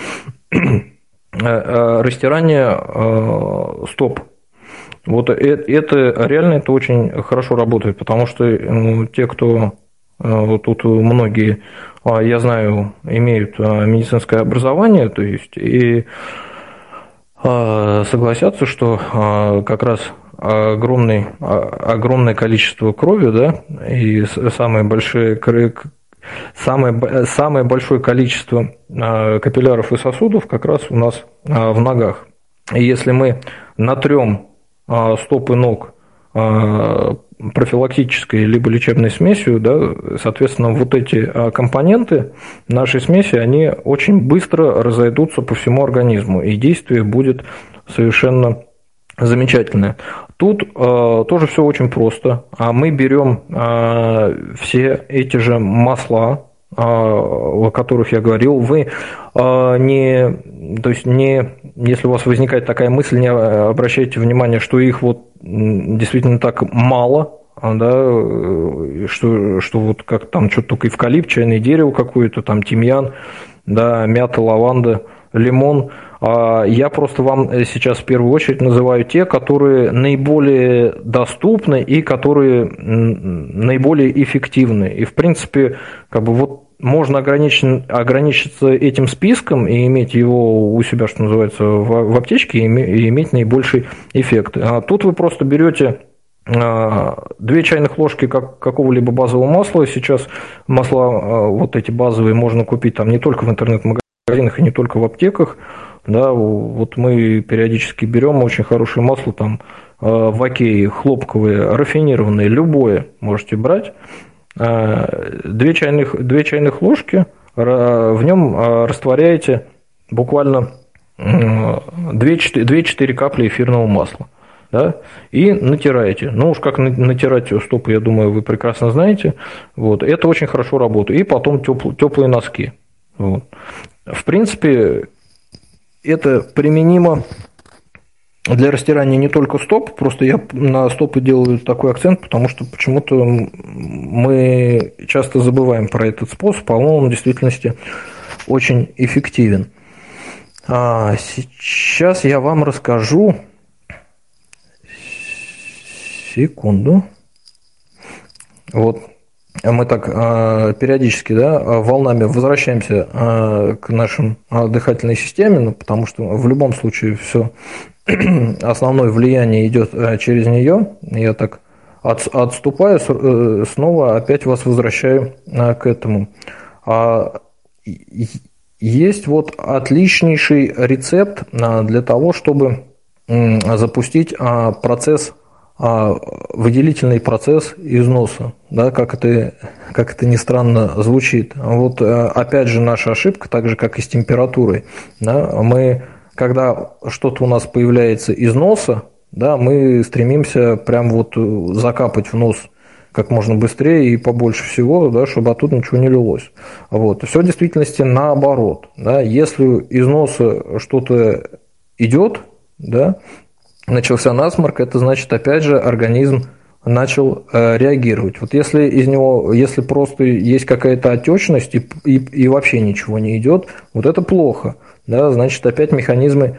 растирание стоп. Вот это реально это очень хорошо работает, потому что те, кто тут многие, я знаю, имеют медицинское образование, то есть и согласятся, что как раз огромное количество крови, да, и самое большое количество капилляров и сосудов как раз у нас в ногах. И если мы натрем стопы ног профилактической либо лечебной смесью, да, соответственно, вот эти компоненты нашей смеси, они очень быстро разойдутся по всему организму, и действие будет совершенно замечательное. Тут тоже все очень просто. Мы берем все эти же масла, о которых я говорил. Вы если у вас возникает такая мысль, не обращайте внимания, что их вот действительно так мало, да, что вот как там что-то только эвкалипт, чайное дерево какое-то, там тимьян, да, мята, лаванда, лимон. Я просто вам сейчас в первую очередь называю те, которые наиболее доступны и которые наиболее эффективны. И в принципе, как бы вот можно ограничиться этим списком и иметь его у себя, что называется, в аптечке и иметь наибольший эффект. Тут вы просто берете 2 чайных ложки какого-либо базового масла. Сейчас масла вот эти базовые можно купить там не только в интернет-магазинах и не только в аптеках. Да, вот мы периодически берем очень хорошее масло, там в Окее, хлопковые, рафинированные, любое можете брать. 2 чайных ложки, в нем растворяете буквально 2-4 капли эфирного масла. Да, и натираете. Ну уж как натирать стопы, я думаю, вы прекрасно знаете. Вот, это очень хорошо работает. И потом теплые носки. Вот. В принципе, это применимо для растирания не только стоп, просто я на стопы делаю такой акцент, потому что почему-то мы часто забываем про этот способ, а он в действительности очень эффективен. Сейчас я вам расскажу. Секунду. Вот. Мы так периодически, да, волнами возвращаемся к нашей дыхательной системе, ну, потому что в любом случае все основное влияние идет через нее. Я так отступаю, снова опять вас возвращаю к этому. Есть вот отличнейший рецепт для того, чтобы запустить выделительный процесс износа, да, как это ни странно звучит. Вот опять же наша ошибка, так же как и с температурой. Да, когда что-то у нас появляется из носа, да, мы стремимся прям вот закапать в нос как можно быстрее и побольше всего, да, чтобы оттуда ничего не лилось. Вот. Все в действительности наоборот. Да. Если из носа что-то идет, да, начался насморк, это значит, опять же, организм начал реагировать. Вот если из него, если просто есть какая-то отечность и вообще ничего не идет, вот это плохо. Да, значит, опять механизмы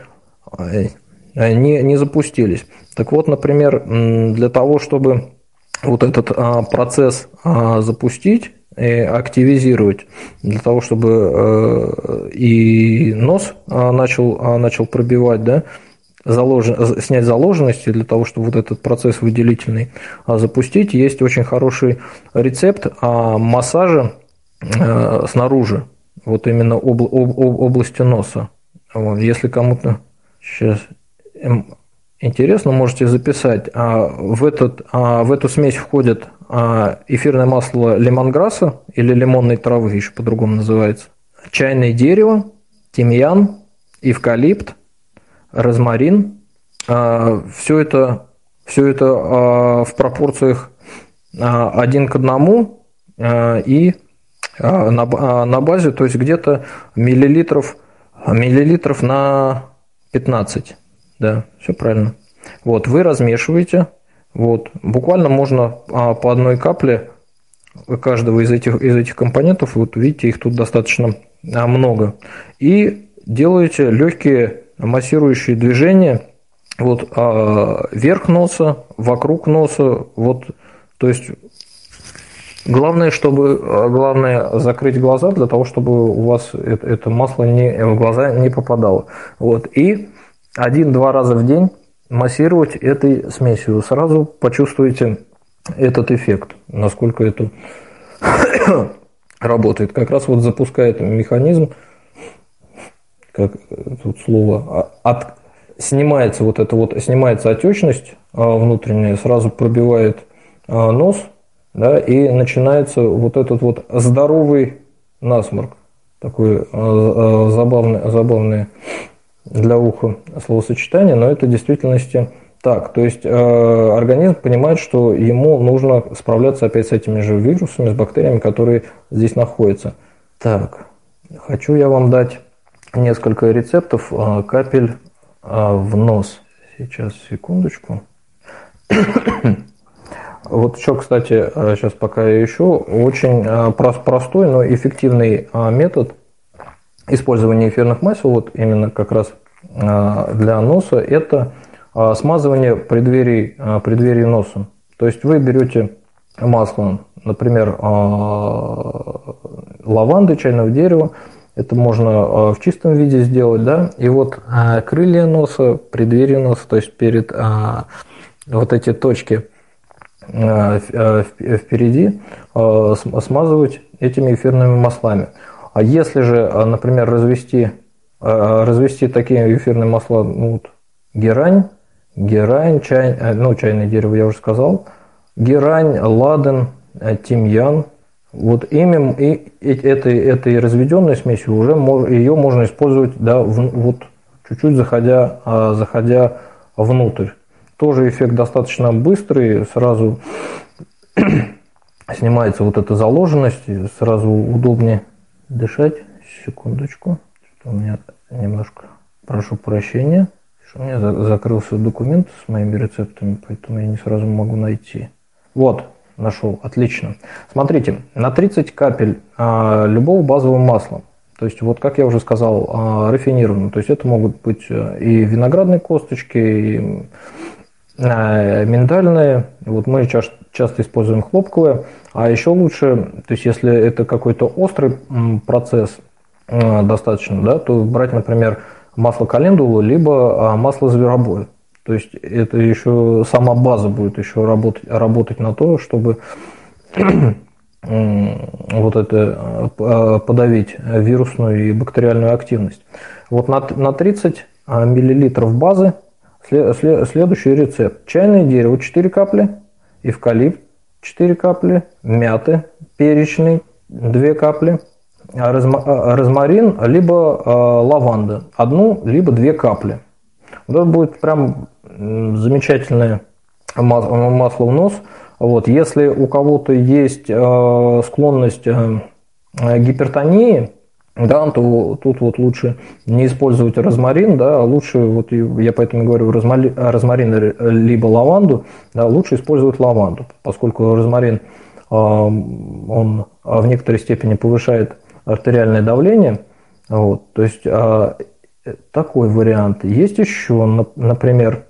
не запустились. Так вот, например, для того, чтобы вот этот процесс запустить и активизировать, для того, чтобы и нос начал пробивать, да, снять заложенности, для того, чтобы вот этот процесс выделительный запустить, есть очень хороший рецепт массажа снаружи, вот именно области носа. Вот, если кому-то сейчас интересно, можете записать. В эту смесь входит эфирное масло лемонграсса или лимонной травы, еще по-другому называется, чайное дерево, тимьян, эвкалипт, розмарин. Все это в пропорциях 1 к 1 и на базе, то есть где-то миллилитров на 15. Да, все правильно. Вот, вы размешиваете. Вот, буквально можно по одной капле каждого из этих компонентов, вот видите, их тут достаточно много. И делаете легкие массирующие движения вот, вверх носа, вокруг носа. Вот, то есть главное закрыть глаза для того, чтобы у вас это масло в глаза не попадало. Вот, и 1-2 раза в день массировать этой смесью. Сразу почувствуете этот эффект, насколько это работает. Как раз вот запускает механизм, как тут слово, снимается отечность внутренняя, сразу пробивает нос, да, и начинается вот этот вот здоровый насморк, такой забавный для уха словосочетание, но это в действительности так. То есть организм понимает, что ему нужно справляться опять с этими же вирусами, с бактериями, которые здесь находятся. Так, хочу я вам дать несколько рецептов капель в нос. Сейчас, секундочку. Вот еще, кстати, сейчас пока я ищу, очень простой, но эффективный метод использование эфирных масел, вот именно как раз для носа, это смазывание преддверий носа. То есть вы берете масло, например, лаванды, чайного дерева, это можно в чистом виде сделать, да, и вот крылья носа, преддверие носа, то есть перед вот эти точки впереди смазывать этими эфирными маслами. А если же, например, развести такие эфирные масла, ну, вот, герань, чайное дерево, я уже сказал, герань, ладан, тимьян, вот этой разведенной смесью уже ее можно использовать, да, вот чуть-чуть заходя внутрь. Тоже эффект достаточно быстрый, сразу снимается вот эта заложенность, сразу удобнее дышать. Секундочку. У меня немножко, прошу прощения, что у меня закрылся документ с моими рецептами, поэтому я не сразу могу найти. Вот, нашел, отлично. Смотрите, на 30 капель любого базового масла, то есть вот как я уже сказал, рафинированного, то есть это могут быть и виноградные косточки, и миндальные, вот мы часто используем хлопковые, а еще лучше, то есть если это какой-то острый процесс достаточно, да, то брать, например, масло календулы, либо масло зверобоя. То есть это еще сама база будет еще работать на то, чтобы вот это подавить вирусную и бактериальную активность. Вот на 30 миллилитров базы следующий рецепт. Чайное дерево 4 капли, эвкалипт 4 капли, мяты перечный 2 капли, розмарин либо лаванда 1 либо 2 капли. Вот это будет прям замечательное масло в нос. Вот. Если у кого-то есть склонность к гипертонии, да, то тут вот лучше не использовать розмарин, да, а лучше, вот я поэтому говорю, розмарин либо лаванду, да, лучше использовать лаванду, поскольку розмарин, он в некоторой степени повышает артериальное давление, вот, то есть такой вариант. Есть еще, например,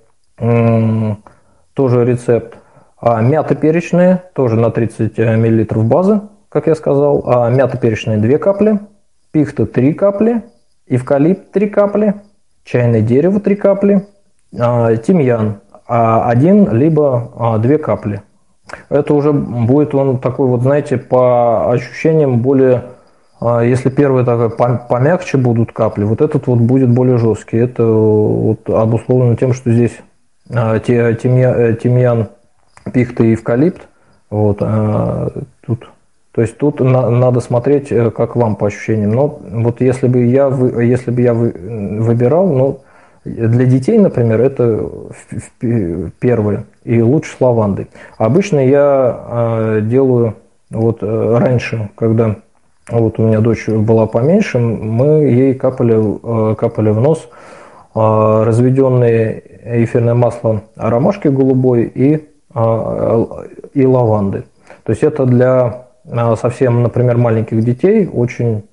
тоже рецепт мята перечная, тоже на 30 мл базы, как я сказал, мята перечная 2 капли, пихта 3 капли, эвкалипт 3 капли, чайное дерево 3 капли, тимьян 1 либо 2 капли. Это уже будет он такой вот, знаете, по ощущениям более, если первые такой помягче будут капли, вот этот вот будет более жесткий. Это вот обусловлено тем, что здесь тимьян, пихта и эвкалипт. Вот, тут, то есть тут надо смотреть, как вам по ощущениям. Но вот если бы я выбирал, ну, для детей, например, это первое, и лучше с лавандой. Обычно я делаю вот раньше, когда вот у меня дочь была поменьше, мы ей капали в нос разведенное эфирное масло ромашки голубой и лаванды. То есть это для совсем, например, маленьких детей очень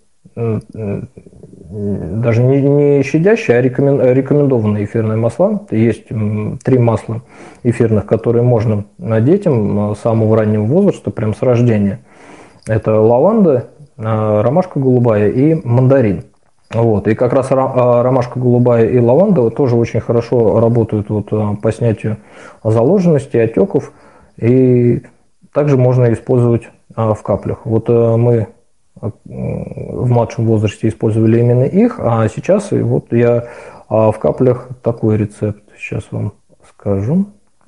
даже не щадящие, а рекомендованные эфирные масла. Есть 3 масла эфирных, которые можно детям с самого раннего возраста, прям с рождения. Это лаванда, ромашка голубая и мандарин. Вот. И как раз ромашка голубая и лаванда тоже очень хорошо работают вот по снятию заложенности, отеков. И также можно использовать в каплях. Вот мы в младшем возрасте использовали именно их, а сейчас вот я в каплях такой рецепт сейчас вам скажу.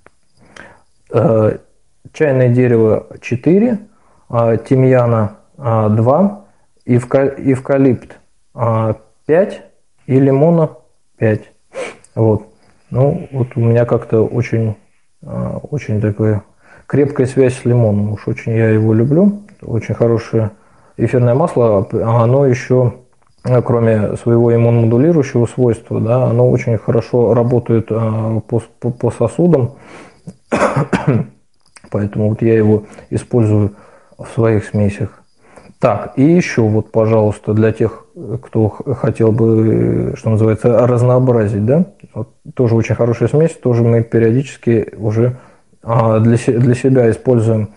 Чайное дерево 4, тимьяна 2, эвкалипт 5 и лимона 5. Вот. Ну, вот у меня как-то очень такая крепкая связь с лимоном. Уж очень я его люблю. Очень хорошее эфирное масло, оно еще, кроме своего иммуномодулирующего свойства, да, оно очень хорошо работает по сосудам. Поэтому вот я его использую в своих смесях. Так, и еще вот, пожалуйста, для тех, кто хотел бы, что называется, разнообразить, да, вот, тоже очень хорошая смесь, тоже мы периодически уже для себя используем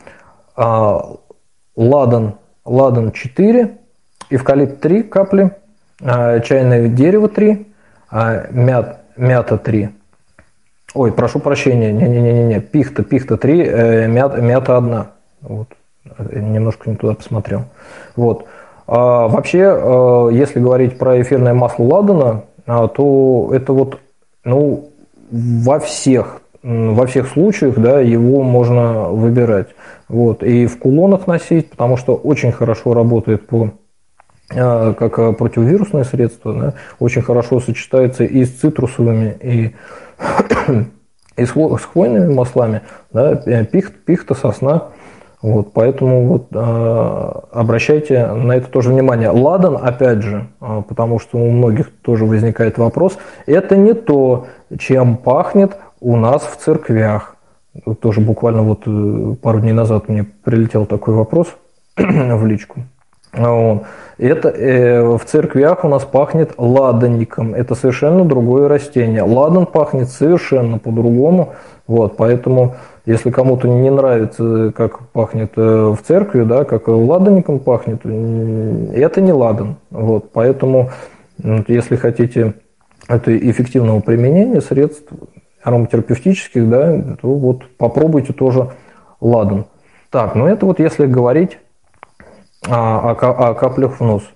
ладан 4, эвкалипт 3 капли, чайное дерево 3, мята 3. Ой, прошу прощения, пихта 3, мята 1. Вот. Немножко не туда посмотрел. Вот. Вообще, если говорить про эфирное масло ладана, то это вот, ну, во всех случаях, да, его можно выбирать. Вот. И в кулонах носить, потому что очень хорошо работает как противовирусное средство, да, очень хорошо сочетается и с цитрусовыми, и с хвойными маслами, да, пихта, сосна. Вот, поэтому вот, обращайте на это тоже внимание. Ладан, опять же, потому что у многих тоже возникает вопрос, это не то, чем пахнет у нас в церквях. Тоже буквально вот пару дней назад мне прилетел такой вопрос в личку. Это в церквях у нас пахнет ладанником. Это совершенно другое растение. Ладан пахнет совершенно по-другому. Вот, поэтому, если кому-то не нравится, как пахнет в церкви, да, как ладанником пахнет, это не ладан. Вот, поэтому, если хотите это эффективного применения средств ароматерапевтических, да, то вот попробуйте тоже ладан. Так, ну это вот если говорить о каплях в нос.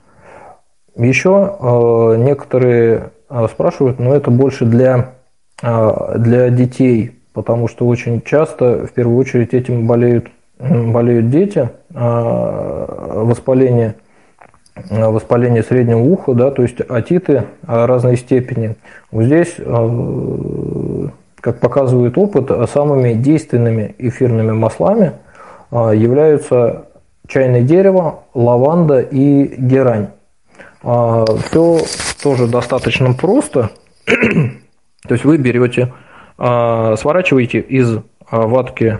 Еще некоторые спрашивают, но это больше для детей, потому что очень часто, в первую очередь, этим болеют дети, воспаление среднего уха, да, то есть отиты разной степени. Вот здесь, как показывает опыт, самыми действенными эфирными маслами являются чайное дерево, лаванда и герань. Все тоже достаточно просто. То есть вы берете, сворачиваете из ватки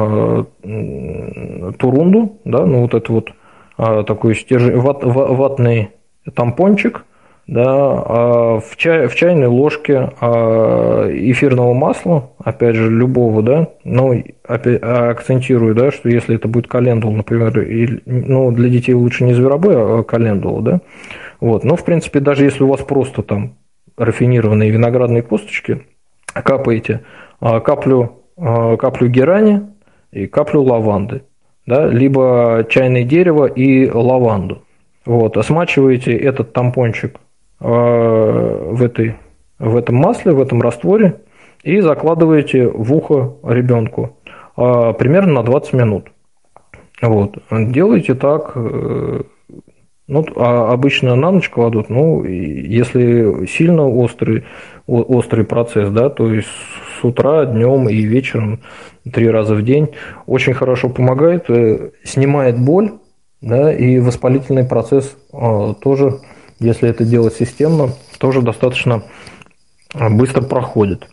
турунду, да, ну вот это вот такой ватный тампончик, да, в чайной ложке эфирного масла, опять же, любого, да, но опять акцентирую, да, что если это будет календула, например, ну, для детей лучше не зверобой, а календула, да, вот, но, в принципе, даже если у вас просто там рафинированные виноградные косточки, капаете каплю герани и каплю лаванды, да, либо чайное дерево и лаванду. Вот, смачиваете этот тампончик в этом масле, в этом растворе и закладываете в ухо ребенку примерно на 20 минут. Вот. Делайте так, ну, обычно на ночь кладут, ну, если сильно острый процесс, да, то есть с утра, днем и вечером 3 раза в день очень хорошо помогает, снимает боль, да, и воспалительный процесс тоже, если это делать системно, тоже достаточно быстро проходит.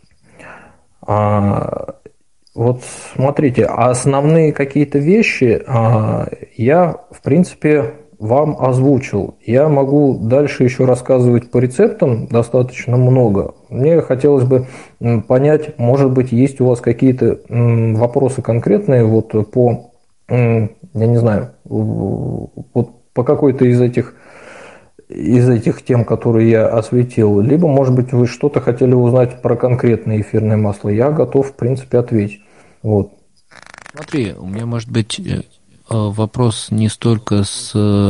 Вот смотрите, основные какие-то вещи я, в принципе, вам озвучил. Я могу дальше еще рассказывать по рецептам достаточно много. Мне хотелось бы понять, может быть, есть у вас какие-то вопросы конкретные вот по, я не знаю, вот по какой-то из этих тем, которые я осветил, либо, может быть, вы что-то хотели узнать про конкретное эфирное масло. Я готов, в принципе, ответить. Вот. Смотри, у меня, может быть, вопрос не столько с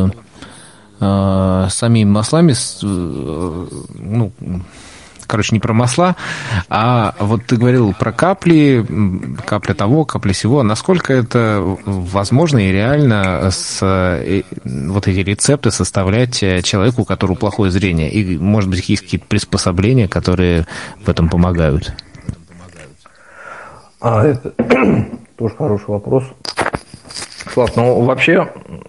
самими маслами, ну, короче, не про масла, а вот ты говорил про капли, капля того, капля сего. Насколько это возможно и реально вот эти рецепты составлять человеку, у которого плохое зрение? И, может быть, есть какие-то приспособления, которые в этом помогают? Это тоже хороший вопрос. Слав, ну вообще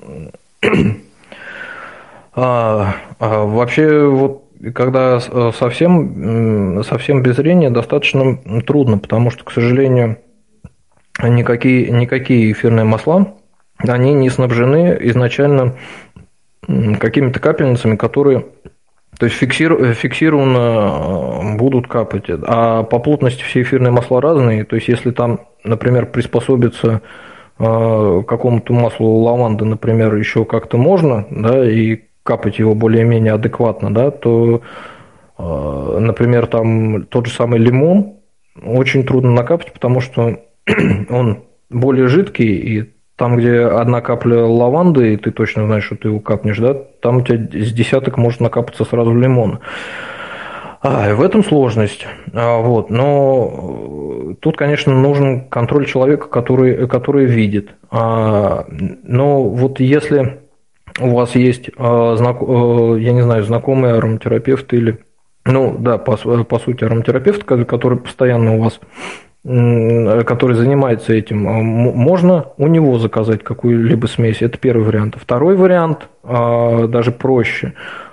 вот когда совсем без зрения, достаточно трудно, потому что, к сожалению, никакие эфирные масла, они не снабжены изначально какими-то капельницами, которые, то есть, фиксированно будут капать. А по плотности все эфирные масла разные. То есть, если там, например, приспособиться к какому-то маслу лаванды, например, еще как-то можно, да, и капать его более-менее адекватно, да, то, например, там тот же самый лимон очень трудно накапать, потому что он более жидкий, и там, где одна капля лаванды, и ты точно знаешь, что ты его капнешь, да, там у тебя с десяток может накапаться сразу лимона. И в этом сложность. Вот. Но тут, конечно, нужен контроль человека, который видит. Но вот если у вас есть, я не знаю, знакомый ароматерапевт или, ну да, по сути ароматерапевт, который постоянно у вас, который занимается этим, можно у него заказать какую-либо смесь. Это первый вариант. Второй вариант даже проще.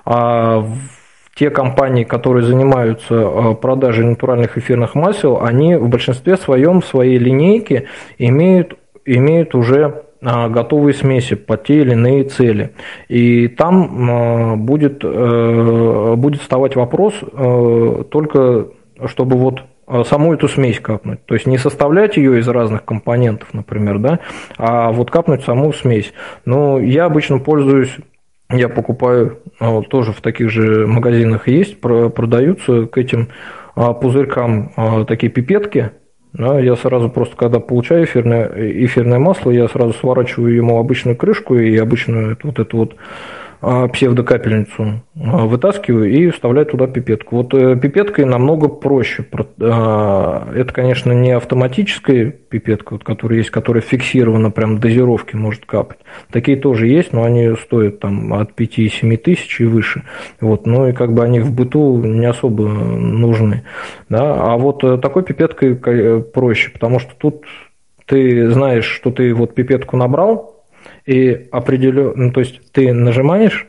Те компании, которые занимаются продажей натуральных эфирных масел, они в большинстве своем в своей линейке имеют уже готовые смеси под те или иные цели. И там будет вставать вопрос только, чтобы вот саму эту смесь капнуть. То есть не составлять ее из разных компонентов, например, да, а вот капнуть саму смесь. Но я обычно я покупаю, тоже в таких же магазинах есть, продаются к этим пузырькам такие пипетки. Да, я сразу просто, когда получаю эфирное масло, я сразу сворачиваю ему обычную крышку и обычную вот эту вот псевдокапельницу вытаскиваю и вставляю туда пипетку. Вот пипеткой намного проще. Это, конечно, не автоматическая пипетка, вот, которая есть, которая фиксирована прям дозировки может капать. Такие тоже есть, но они стоят там от 5-7 тысяч и выше. Вот, ну и как бы они в быту не особо нужны. Да? А вот такой пипеткой проще, потому что тут ты знаешь, что ты вот пипетку набрал, и определенно, ну, то есть ты нажимаешь,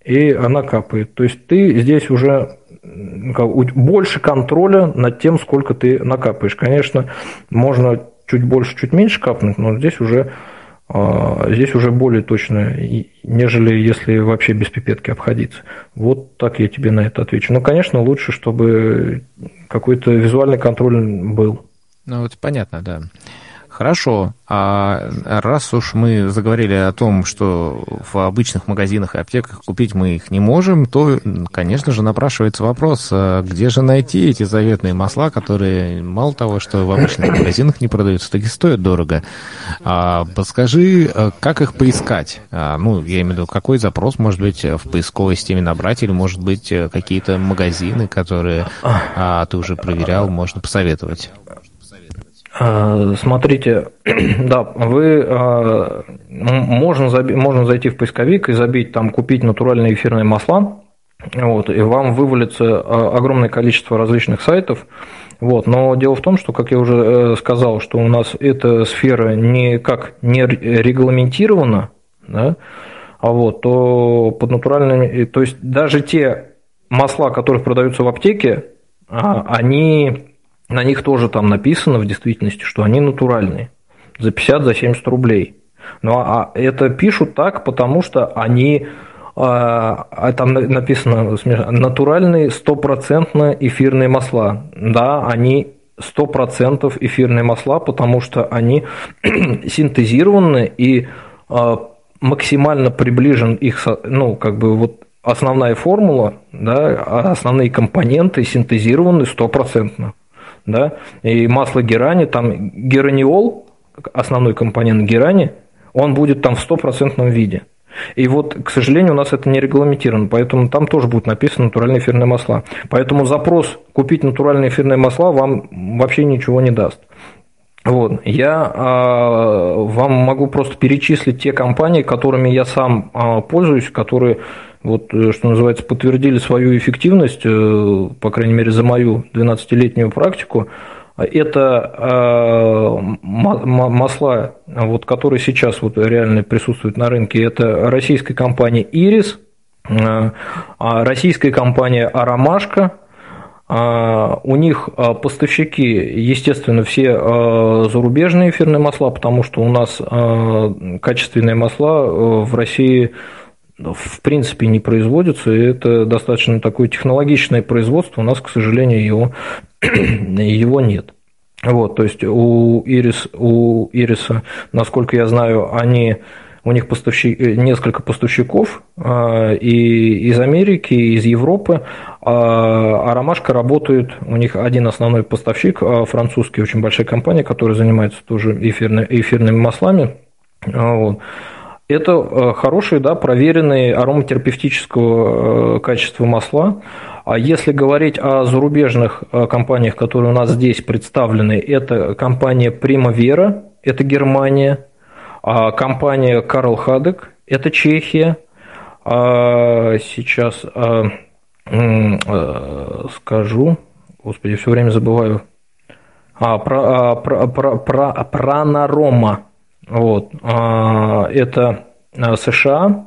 и она капает. То есть ты здесь уже больше контроля над тем, сколько ты накапаешь. Конечно, можно чуть больше, чуть меньше капнуть, но здесь уже более точно, нежели если вообще без пипетки обходиться. Вот так я тебе на это отвечу. Но, конечно, лучше, чтобы какой-то визуальный контроль был. Ну, вот понятно, да. Хорошо. А раз уж мы заговорили о том, что в обычных магазинах и аптеках купить мы их не можем, то, конечно же, напрашивается вопрос, где же найти эти заветные масла, которые мало того, что в обычных магазинах не продаются, так и стоят дорого. Подскажи, как их поискать? Ну, я имею в виду, какой запрос, может быть, в поисковой системе набрать, или, может быть, какие-то магазины, которые ты уже проверял, можно посоветовать? Смотрите, да, можно зайти в поисковик и забить там «купить натуральные эфирные масла», вот, и вам вывалится огромное количество различных сайтов. Вот, но дело в том, что, как я уже сказал, что у нас эта сфера никак не регламентирована, да, то под натуральными, то есть даже те масла, которые продаются в аптеке, на них тоже там написано в действительности, что они натуральные, за 50-70 рублей. Ну, это пишут так, потому что они, там написано, натуральные 100% эфирные масла. Да, они 100% эфирные масла, потому что они синтезированы и максимально приближен их, ну, как бы вот основная формула, да, основные компоненты синтезированы 100%. Да? И масло герани, там гераниол, основной компонент герани, он будет там в 100% виде. И вот, к сожалению, у нас это не регламентировано, поэтому там тоже будет написано натуральные эфирные масла. Поэтому запрос купить натуральные эфирные масла вам вообще ничего не даст. Вот. Я вам могу просто перечислить те компании, которыми я сам пользуюсь, которые, вот, что называется, подтвердили свою эффективность, по крайней мере, за мою 12-летнюю практику. Это масла, вот, которые сейчас вот реально присутствуют на рынке. Это российская компания «Ирис», российская компания «Аромашка». У них поставщики, естественно, все зарубежные эфирные масла, потому что у нас качественные масла в России в принципе не производятся, и это достаточно такое технологичное производство, у нас, к сожалению, его нет. Вот, то есть у Ириса, насколько я знаю, у них несколько поставщиков и из Америки, и из Европы, а «Ромашка» работает, у них один основной поставщик, французский, очень большая компания, которая занимается тоже эфирными маслами. Вот. Это хорошие, да, проверенные ароматерапевтического качества масла. А если говорить о зарубежных компаниях, которые у нас здесь представлены, это компания Primavera, это Германия, компания Карл Хадек, это Чехия. Сейчас скажу, господи, все время забываю. Пранарома. Вот. Это США.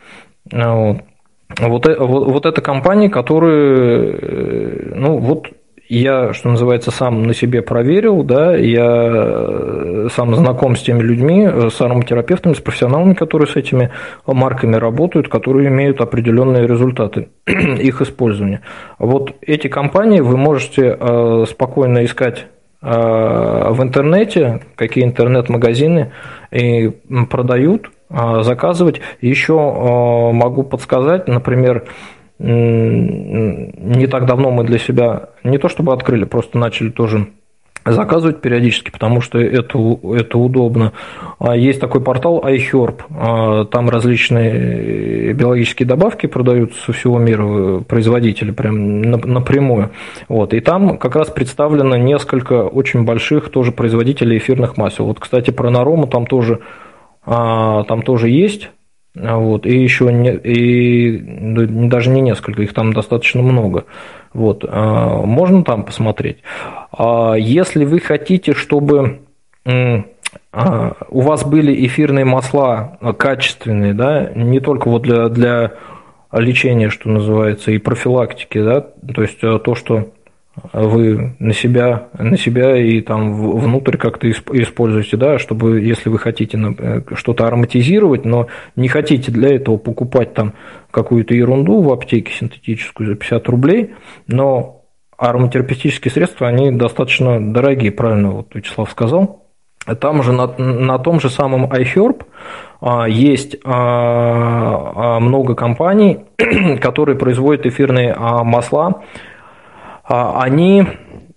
Вот это компании, которые, ну, вот я, что называется, сам на себе проверил, да, я сам знаком с теми людьми, с ароматерапевтами, с профессионалами, которые с этими марками работают, которые имеют определенные результаты их использования. Вот эти компании вы можете спокойно искать в интернете, какие интернет-магазины и продают, заказывать. Еще могу подсказать, например, не так давно мы для себя не то чтобы открыли, просто начали тоже заказывать периодически, потому что это удобно. Есть такой портал iHerb, там различные биологические добавки продаются со всего мира, производители прям напрямую. Вот. И там как раз представлено несколько очень больших тоже производителей эфирных масел. Вот, кстати, про Нарому там тоже есть. Вот, и еще даже не несколько, их там достаточно много. Вот, можно там посмотреть. Если вы хотите, чтобы у вас были эфирные масла качественные, да, не только вот для лечения, что называется, и профилактики, да, то есть то, что вы на себя и там внутрь как-то используете, да, чтобы, если вы хотите что-то ароматизировать, но не хотите для этого покупать там какую-то ерунду в аптеке синтетическую за 50 рублей, но ароматерапевтические средства, они достаточно дорогие, правильно вот Вячеслав сказал. Там же на том же самом iHerb есть много компаний, которые производят эфирные масла. Они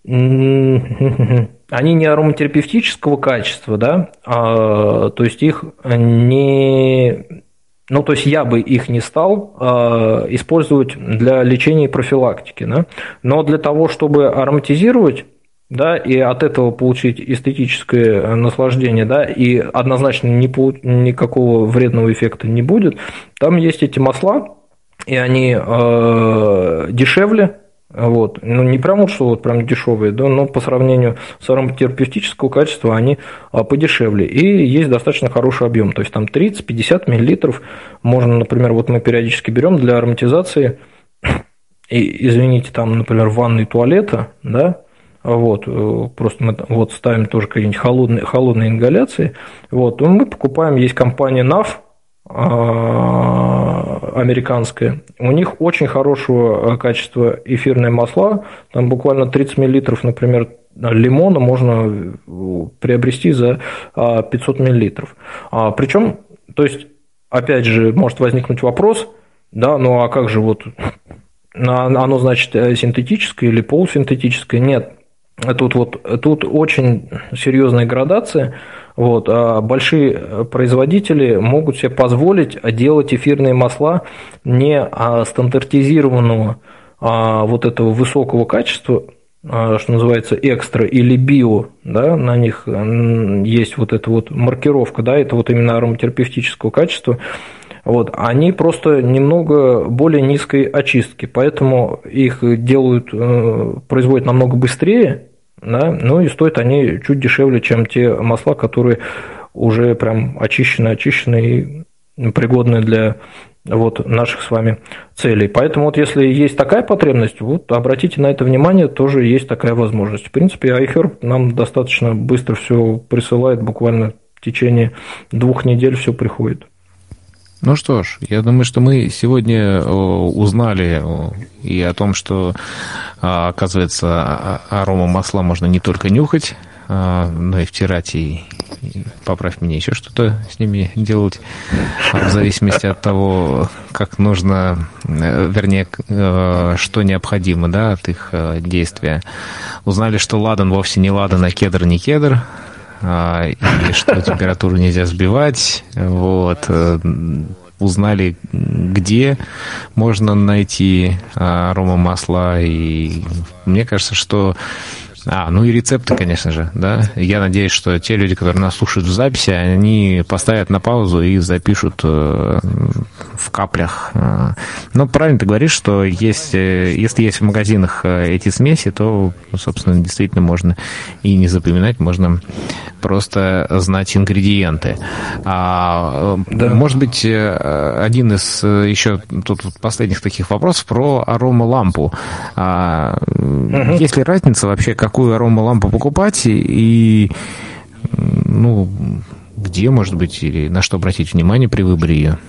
не ароматерапевтического качества, да, то есть их не... Ну, то есть я бы их не стал использовать для лечения и профилактики, да? Но для того, чтобы ароматизировать, да, и от этого получить эстетическое наслаждение, да, и однозначно никакого вредного эффекта не будет, там есть эти масла, и они дешевле. Вот. Ну, не прям вот, что вот прям дешевые, да, но по сравнению с ароматерапевтического качества они подешевле. И есть достаточно хороший объем. То есть там 30-50 миллилитров можно, например, вот мы периодически берем для ароматизации, и, извините, там, например, ванны и туалета, да, вот, просто мы вот ставим тоже какие-нибудь холодные ингаляции. Вот, мы покупаем, есть компания NAV, американская, у них очень хорошего качества эфирные масла, там буквально 30 миллилитров, например, лимона можно приобрести за 500 миллилитров. Причем, то есть, опять же, может возникнуть вопрос, да, ну а как же вот, оно значит синтетическое или полусинтетическое? Нет. Тут очень серьезная градация. Вот, большие производители могут себе позволить делать эфирные масла не стандартизированного вот этого высокого качества, что называется экстра или био, да, на них есть вот эта вот маркировка, да, это вот именно ароматерапевтического качества. Вот, они просто немного более низкой очистки, поэтому их производят намного быстрее, да, ну и стоят они чуть дешевле, чем те масла, которые уже прям очищены и пригодны для вот наших с вами целей. Поэтому вот если есть такая потребность, вот обратите на это внимание, тоже есть такая возможность. В принципе, iHerb нам достаточно быстро все присылает, буквально в течение 2 недель все приходит. Ну что ж, я думаю, что мы сегодня узнали и о том, что, оказывается, аромамасла можно не только нюхать, но и втирать, и поправь меня, еще что-то с ними делать, в зависимости от того, как нужно, вернее, что необходимо, да, от их действия. Узнали, что ладан вовсе не ладан, а кедр не кедр, и что температуру нельзя сбивать. Вот. Узнали, где можно найти аромамасла, и мне кажется, что... ну и рецепты, конечно же, да. Я надеюсь, что те люди, которые нас слушают в записи, они поставят на паузу и запишут в каплях. Но правильно ты говоришь, что если есть в магазинах эти смеси, то, собственно, действительно можно и не запоминать, можно просто знать ингредиенты. Да. Может быть, один из еще тут последних таких вопросов про аромалампу. Есть ли разница вообще, какую аромалампу покупать и ну, где, может быть, или на что обратить внимание при выборе ее?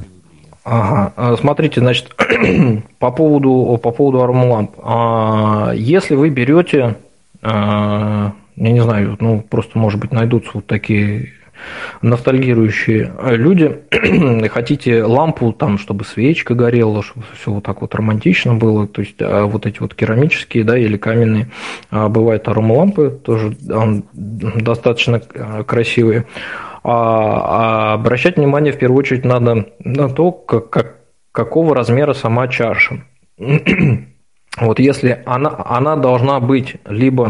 Ага, смотрите, значит, по поводу аромаламп. Если вы берете, я не знаю, ну, просто, может быть, найдутся вот такие ностальгирующие люди, хотите лампу, там, чтобы свечка горела, чтобы все вот так вот романтично было, то есть вот эти вот керамические, да, или каменные, бывают аромалампы, тоже достаточно красивые. Обращать внимание в первую очередь надо на то, какого размера сама чаша. Вот если она должна быть либо...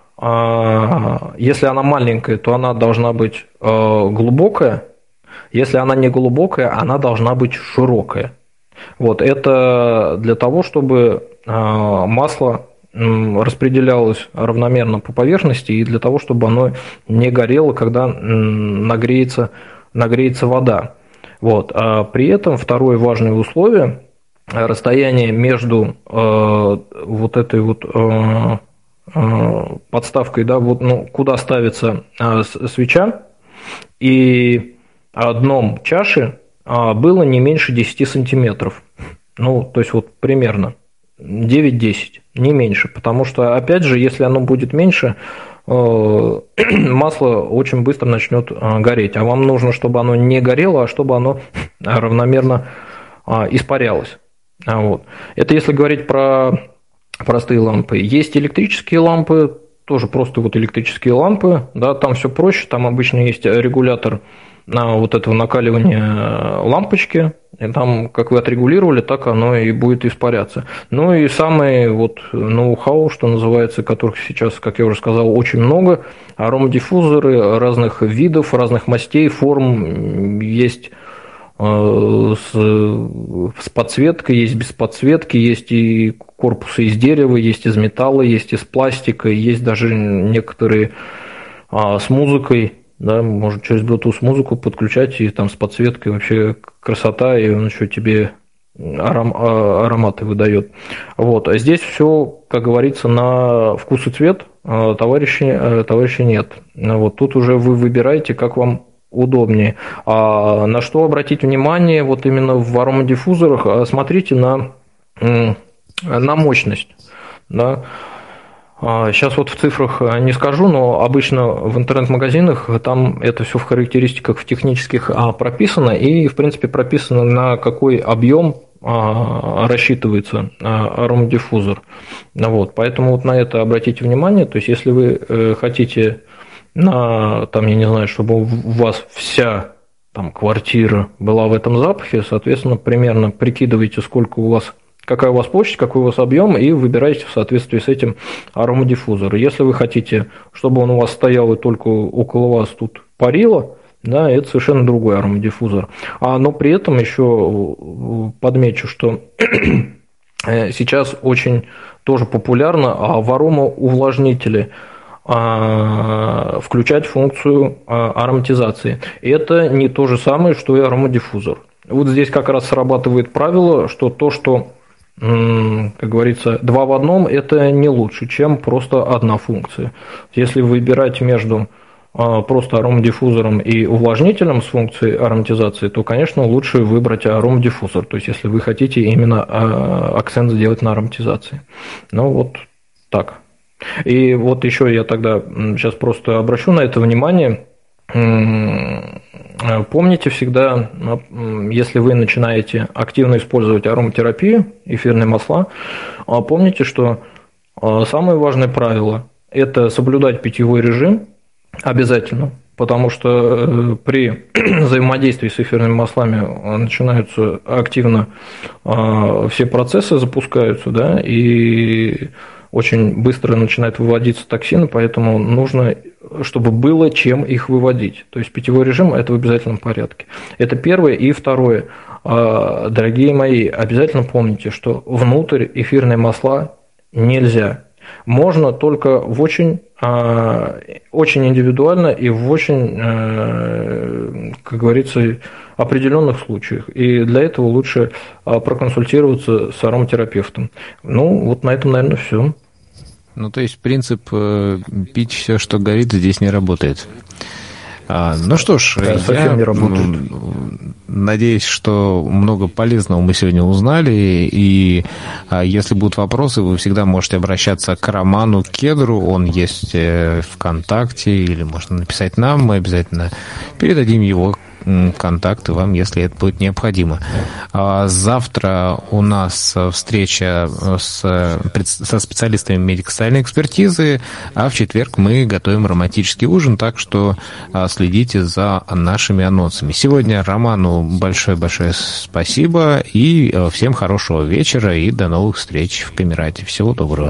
Если она маленькая, то она должна быть глубокая. Если она не глубокая, она должна быть широкая. Вот это для того, чтобы масло распределялось равномерно по поверхности и для того, чтобы оно не горело, когда нагреется вода. Вот. А при этом второе важное условие расстояние между вот этой вот подставкой, да, вот, ну, куда ставится свеча, и дном чаши было не меньше 10 сантиметров. Ну, то есть вот примерно 9-10, не меньше. Потому что, опять же, если оно будет меньше, масло очень быстро начнет гореть. А вам нужно, чтобы оно не горело, а чтобы оно равномерно испарялось. Вот. Это если говорить про простые лампы. Есть электрические лампы, тоже просто вот электрические лампы, да, там все проще, там обычно есть регулятор вот этого накаливания лампочки, и там, как вы отрегулировали, так оно и будет испаряться. Ну и самые вот ноу-хау, что называется, которых сейчас, как я уже сказал, очень много, аромадиффузоры разных видов, разных мастей, форм, есть с подсветкой, есть без подсветки, есть и корпусы из дерева, есть из металла, есть из пластика, есть даже некоторые с музыкой, да, можно через Bluetooth музыку подключать, и там с подсветкой вообще красота, и он еще тебе ароматы выдает. Вот. А здесь все, как говорится, на вкус и цвет, товарищей нет. Вот. Тут уже вы выбираете, как вам удобнее. А на что обратить внимание вот именно в аромадиффузорах? Смотрите на мощность. Да. Сейчас вот в цифрах не скажу, но обычно в интернет-магазинах там это все в характеристиках в технических прописано, и в принципе прописано, на какой объем рассчитывается аромадиффузор. Вот. Поэтому вот на это обратите внимание. То есть если вы хотите там, я не знаю, чтобы у вас вся там квартира была в этом запахе, соответственно, примерно прикидываете, какая у вас площадь, какой у вас объем, и выбираете в соответствии с этим аромадиффузор. Если вы хотите, чтобы он у вас стоял и только около вас тут парило, да, это совершенно другой аромадиффузор. Но при этом еще подмечу, что сейчас очень тоже популярно в аромоувлажнители включать функцию ароматизации. Это не то же самое, что и аромадиффузор. Вот здесь как раз срабатывает правило, что то, что, как говорится, два в одном, это не лучше, чем просто одна функция. Если выбирать между просто аромадиффузором и увлажнителем с функцией ароматизации, то, конечно, лучше выбрать аромадиффузор. То есть, если вы хотите именно акцент сделать на ароматизации. Ну, вот так. И вот еще я тогда сейчас просто обращу на это внимание. Помните всегда, если вы начинаете активно использовать ароматерапию, эфирные масла, помните, что самое важное правило – это соблюдать питьевой режим обязательно, потому что при взаимодействии с эфирными маслами начинаются активно все процессы, запускаются, да, и очень быстро начинают выводиться токсины, поэтому нужно, чтобы было чем их выводить. То есть питьевой режим – это в обязательном порядке. Это первое. И второе. Дорогие мои, обязательно помните, что внутрь эфирные масла нельзя. Можно только в очень индивидуально и в очень, как говорится, определенных случаях. И для этого лучше проконсультироваться с ароматерапевтом. Ну, вот на этом, наверное, все. Ну, то есть принцип пить все, что горит, здесь не работает. Ну что ж, я надеюсь, что много полезного мы сегодня узнали, и если будут вопросы, вы всегда можете обращаться к Роману Кедру, он есть ВКонтакте, или можно написать нам, мы обязательно передадим его контакты вам, если это будет необходимо. Завтра у нас встреча со специалистами медико-социальной экспертизы, а в четверг мы готовим романтический ужин, так что следите за нашими анонсами. Сегодня Роману большое-большое спасибо, и всем хорошего вечера, и до новых встреч в Камерате. Всего доброго.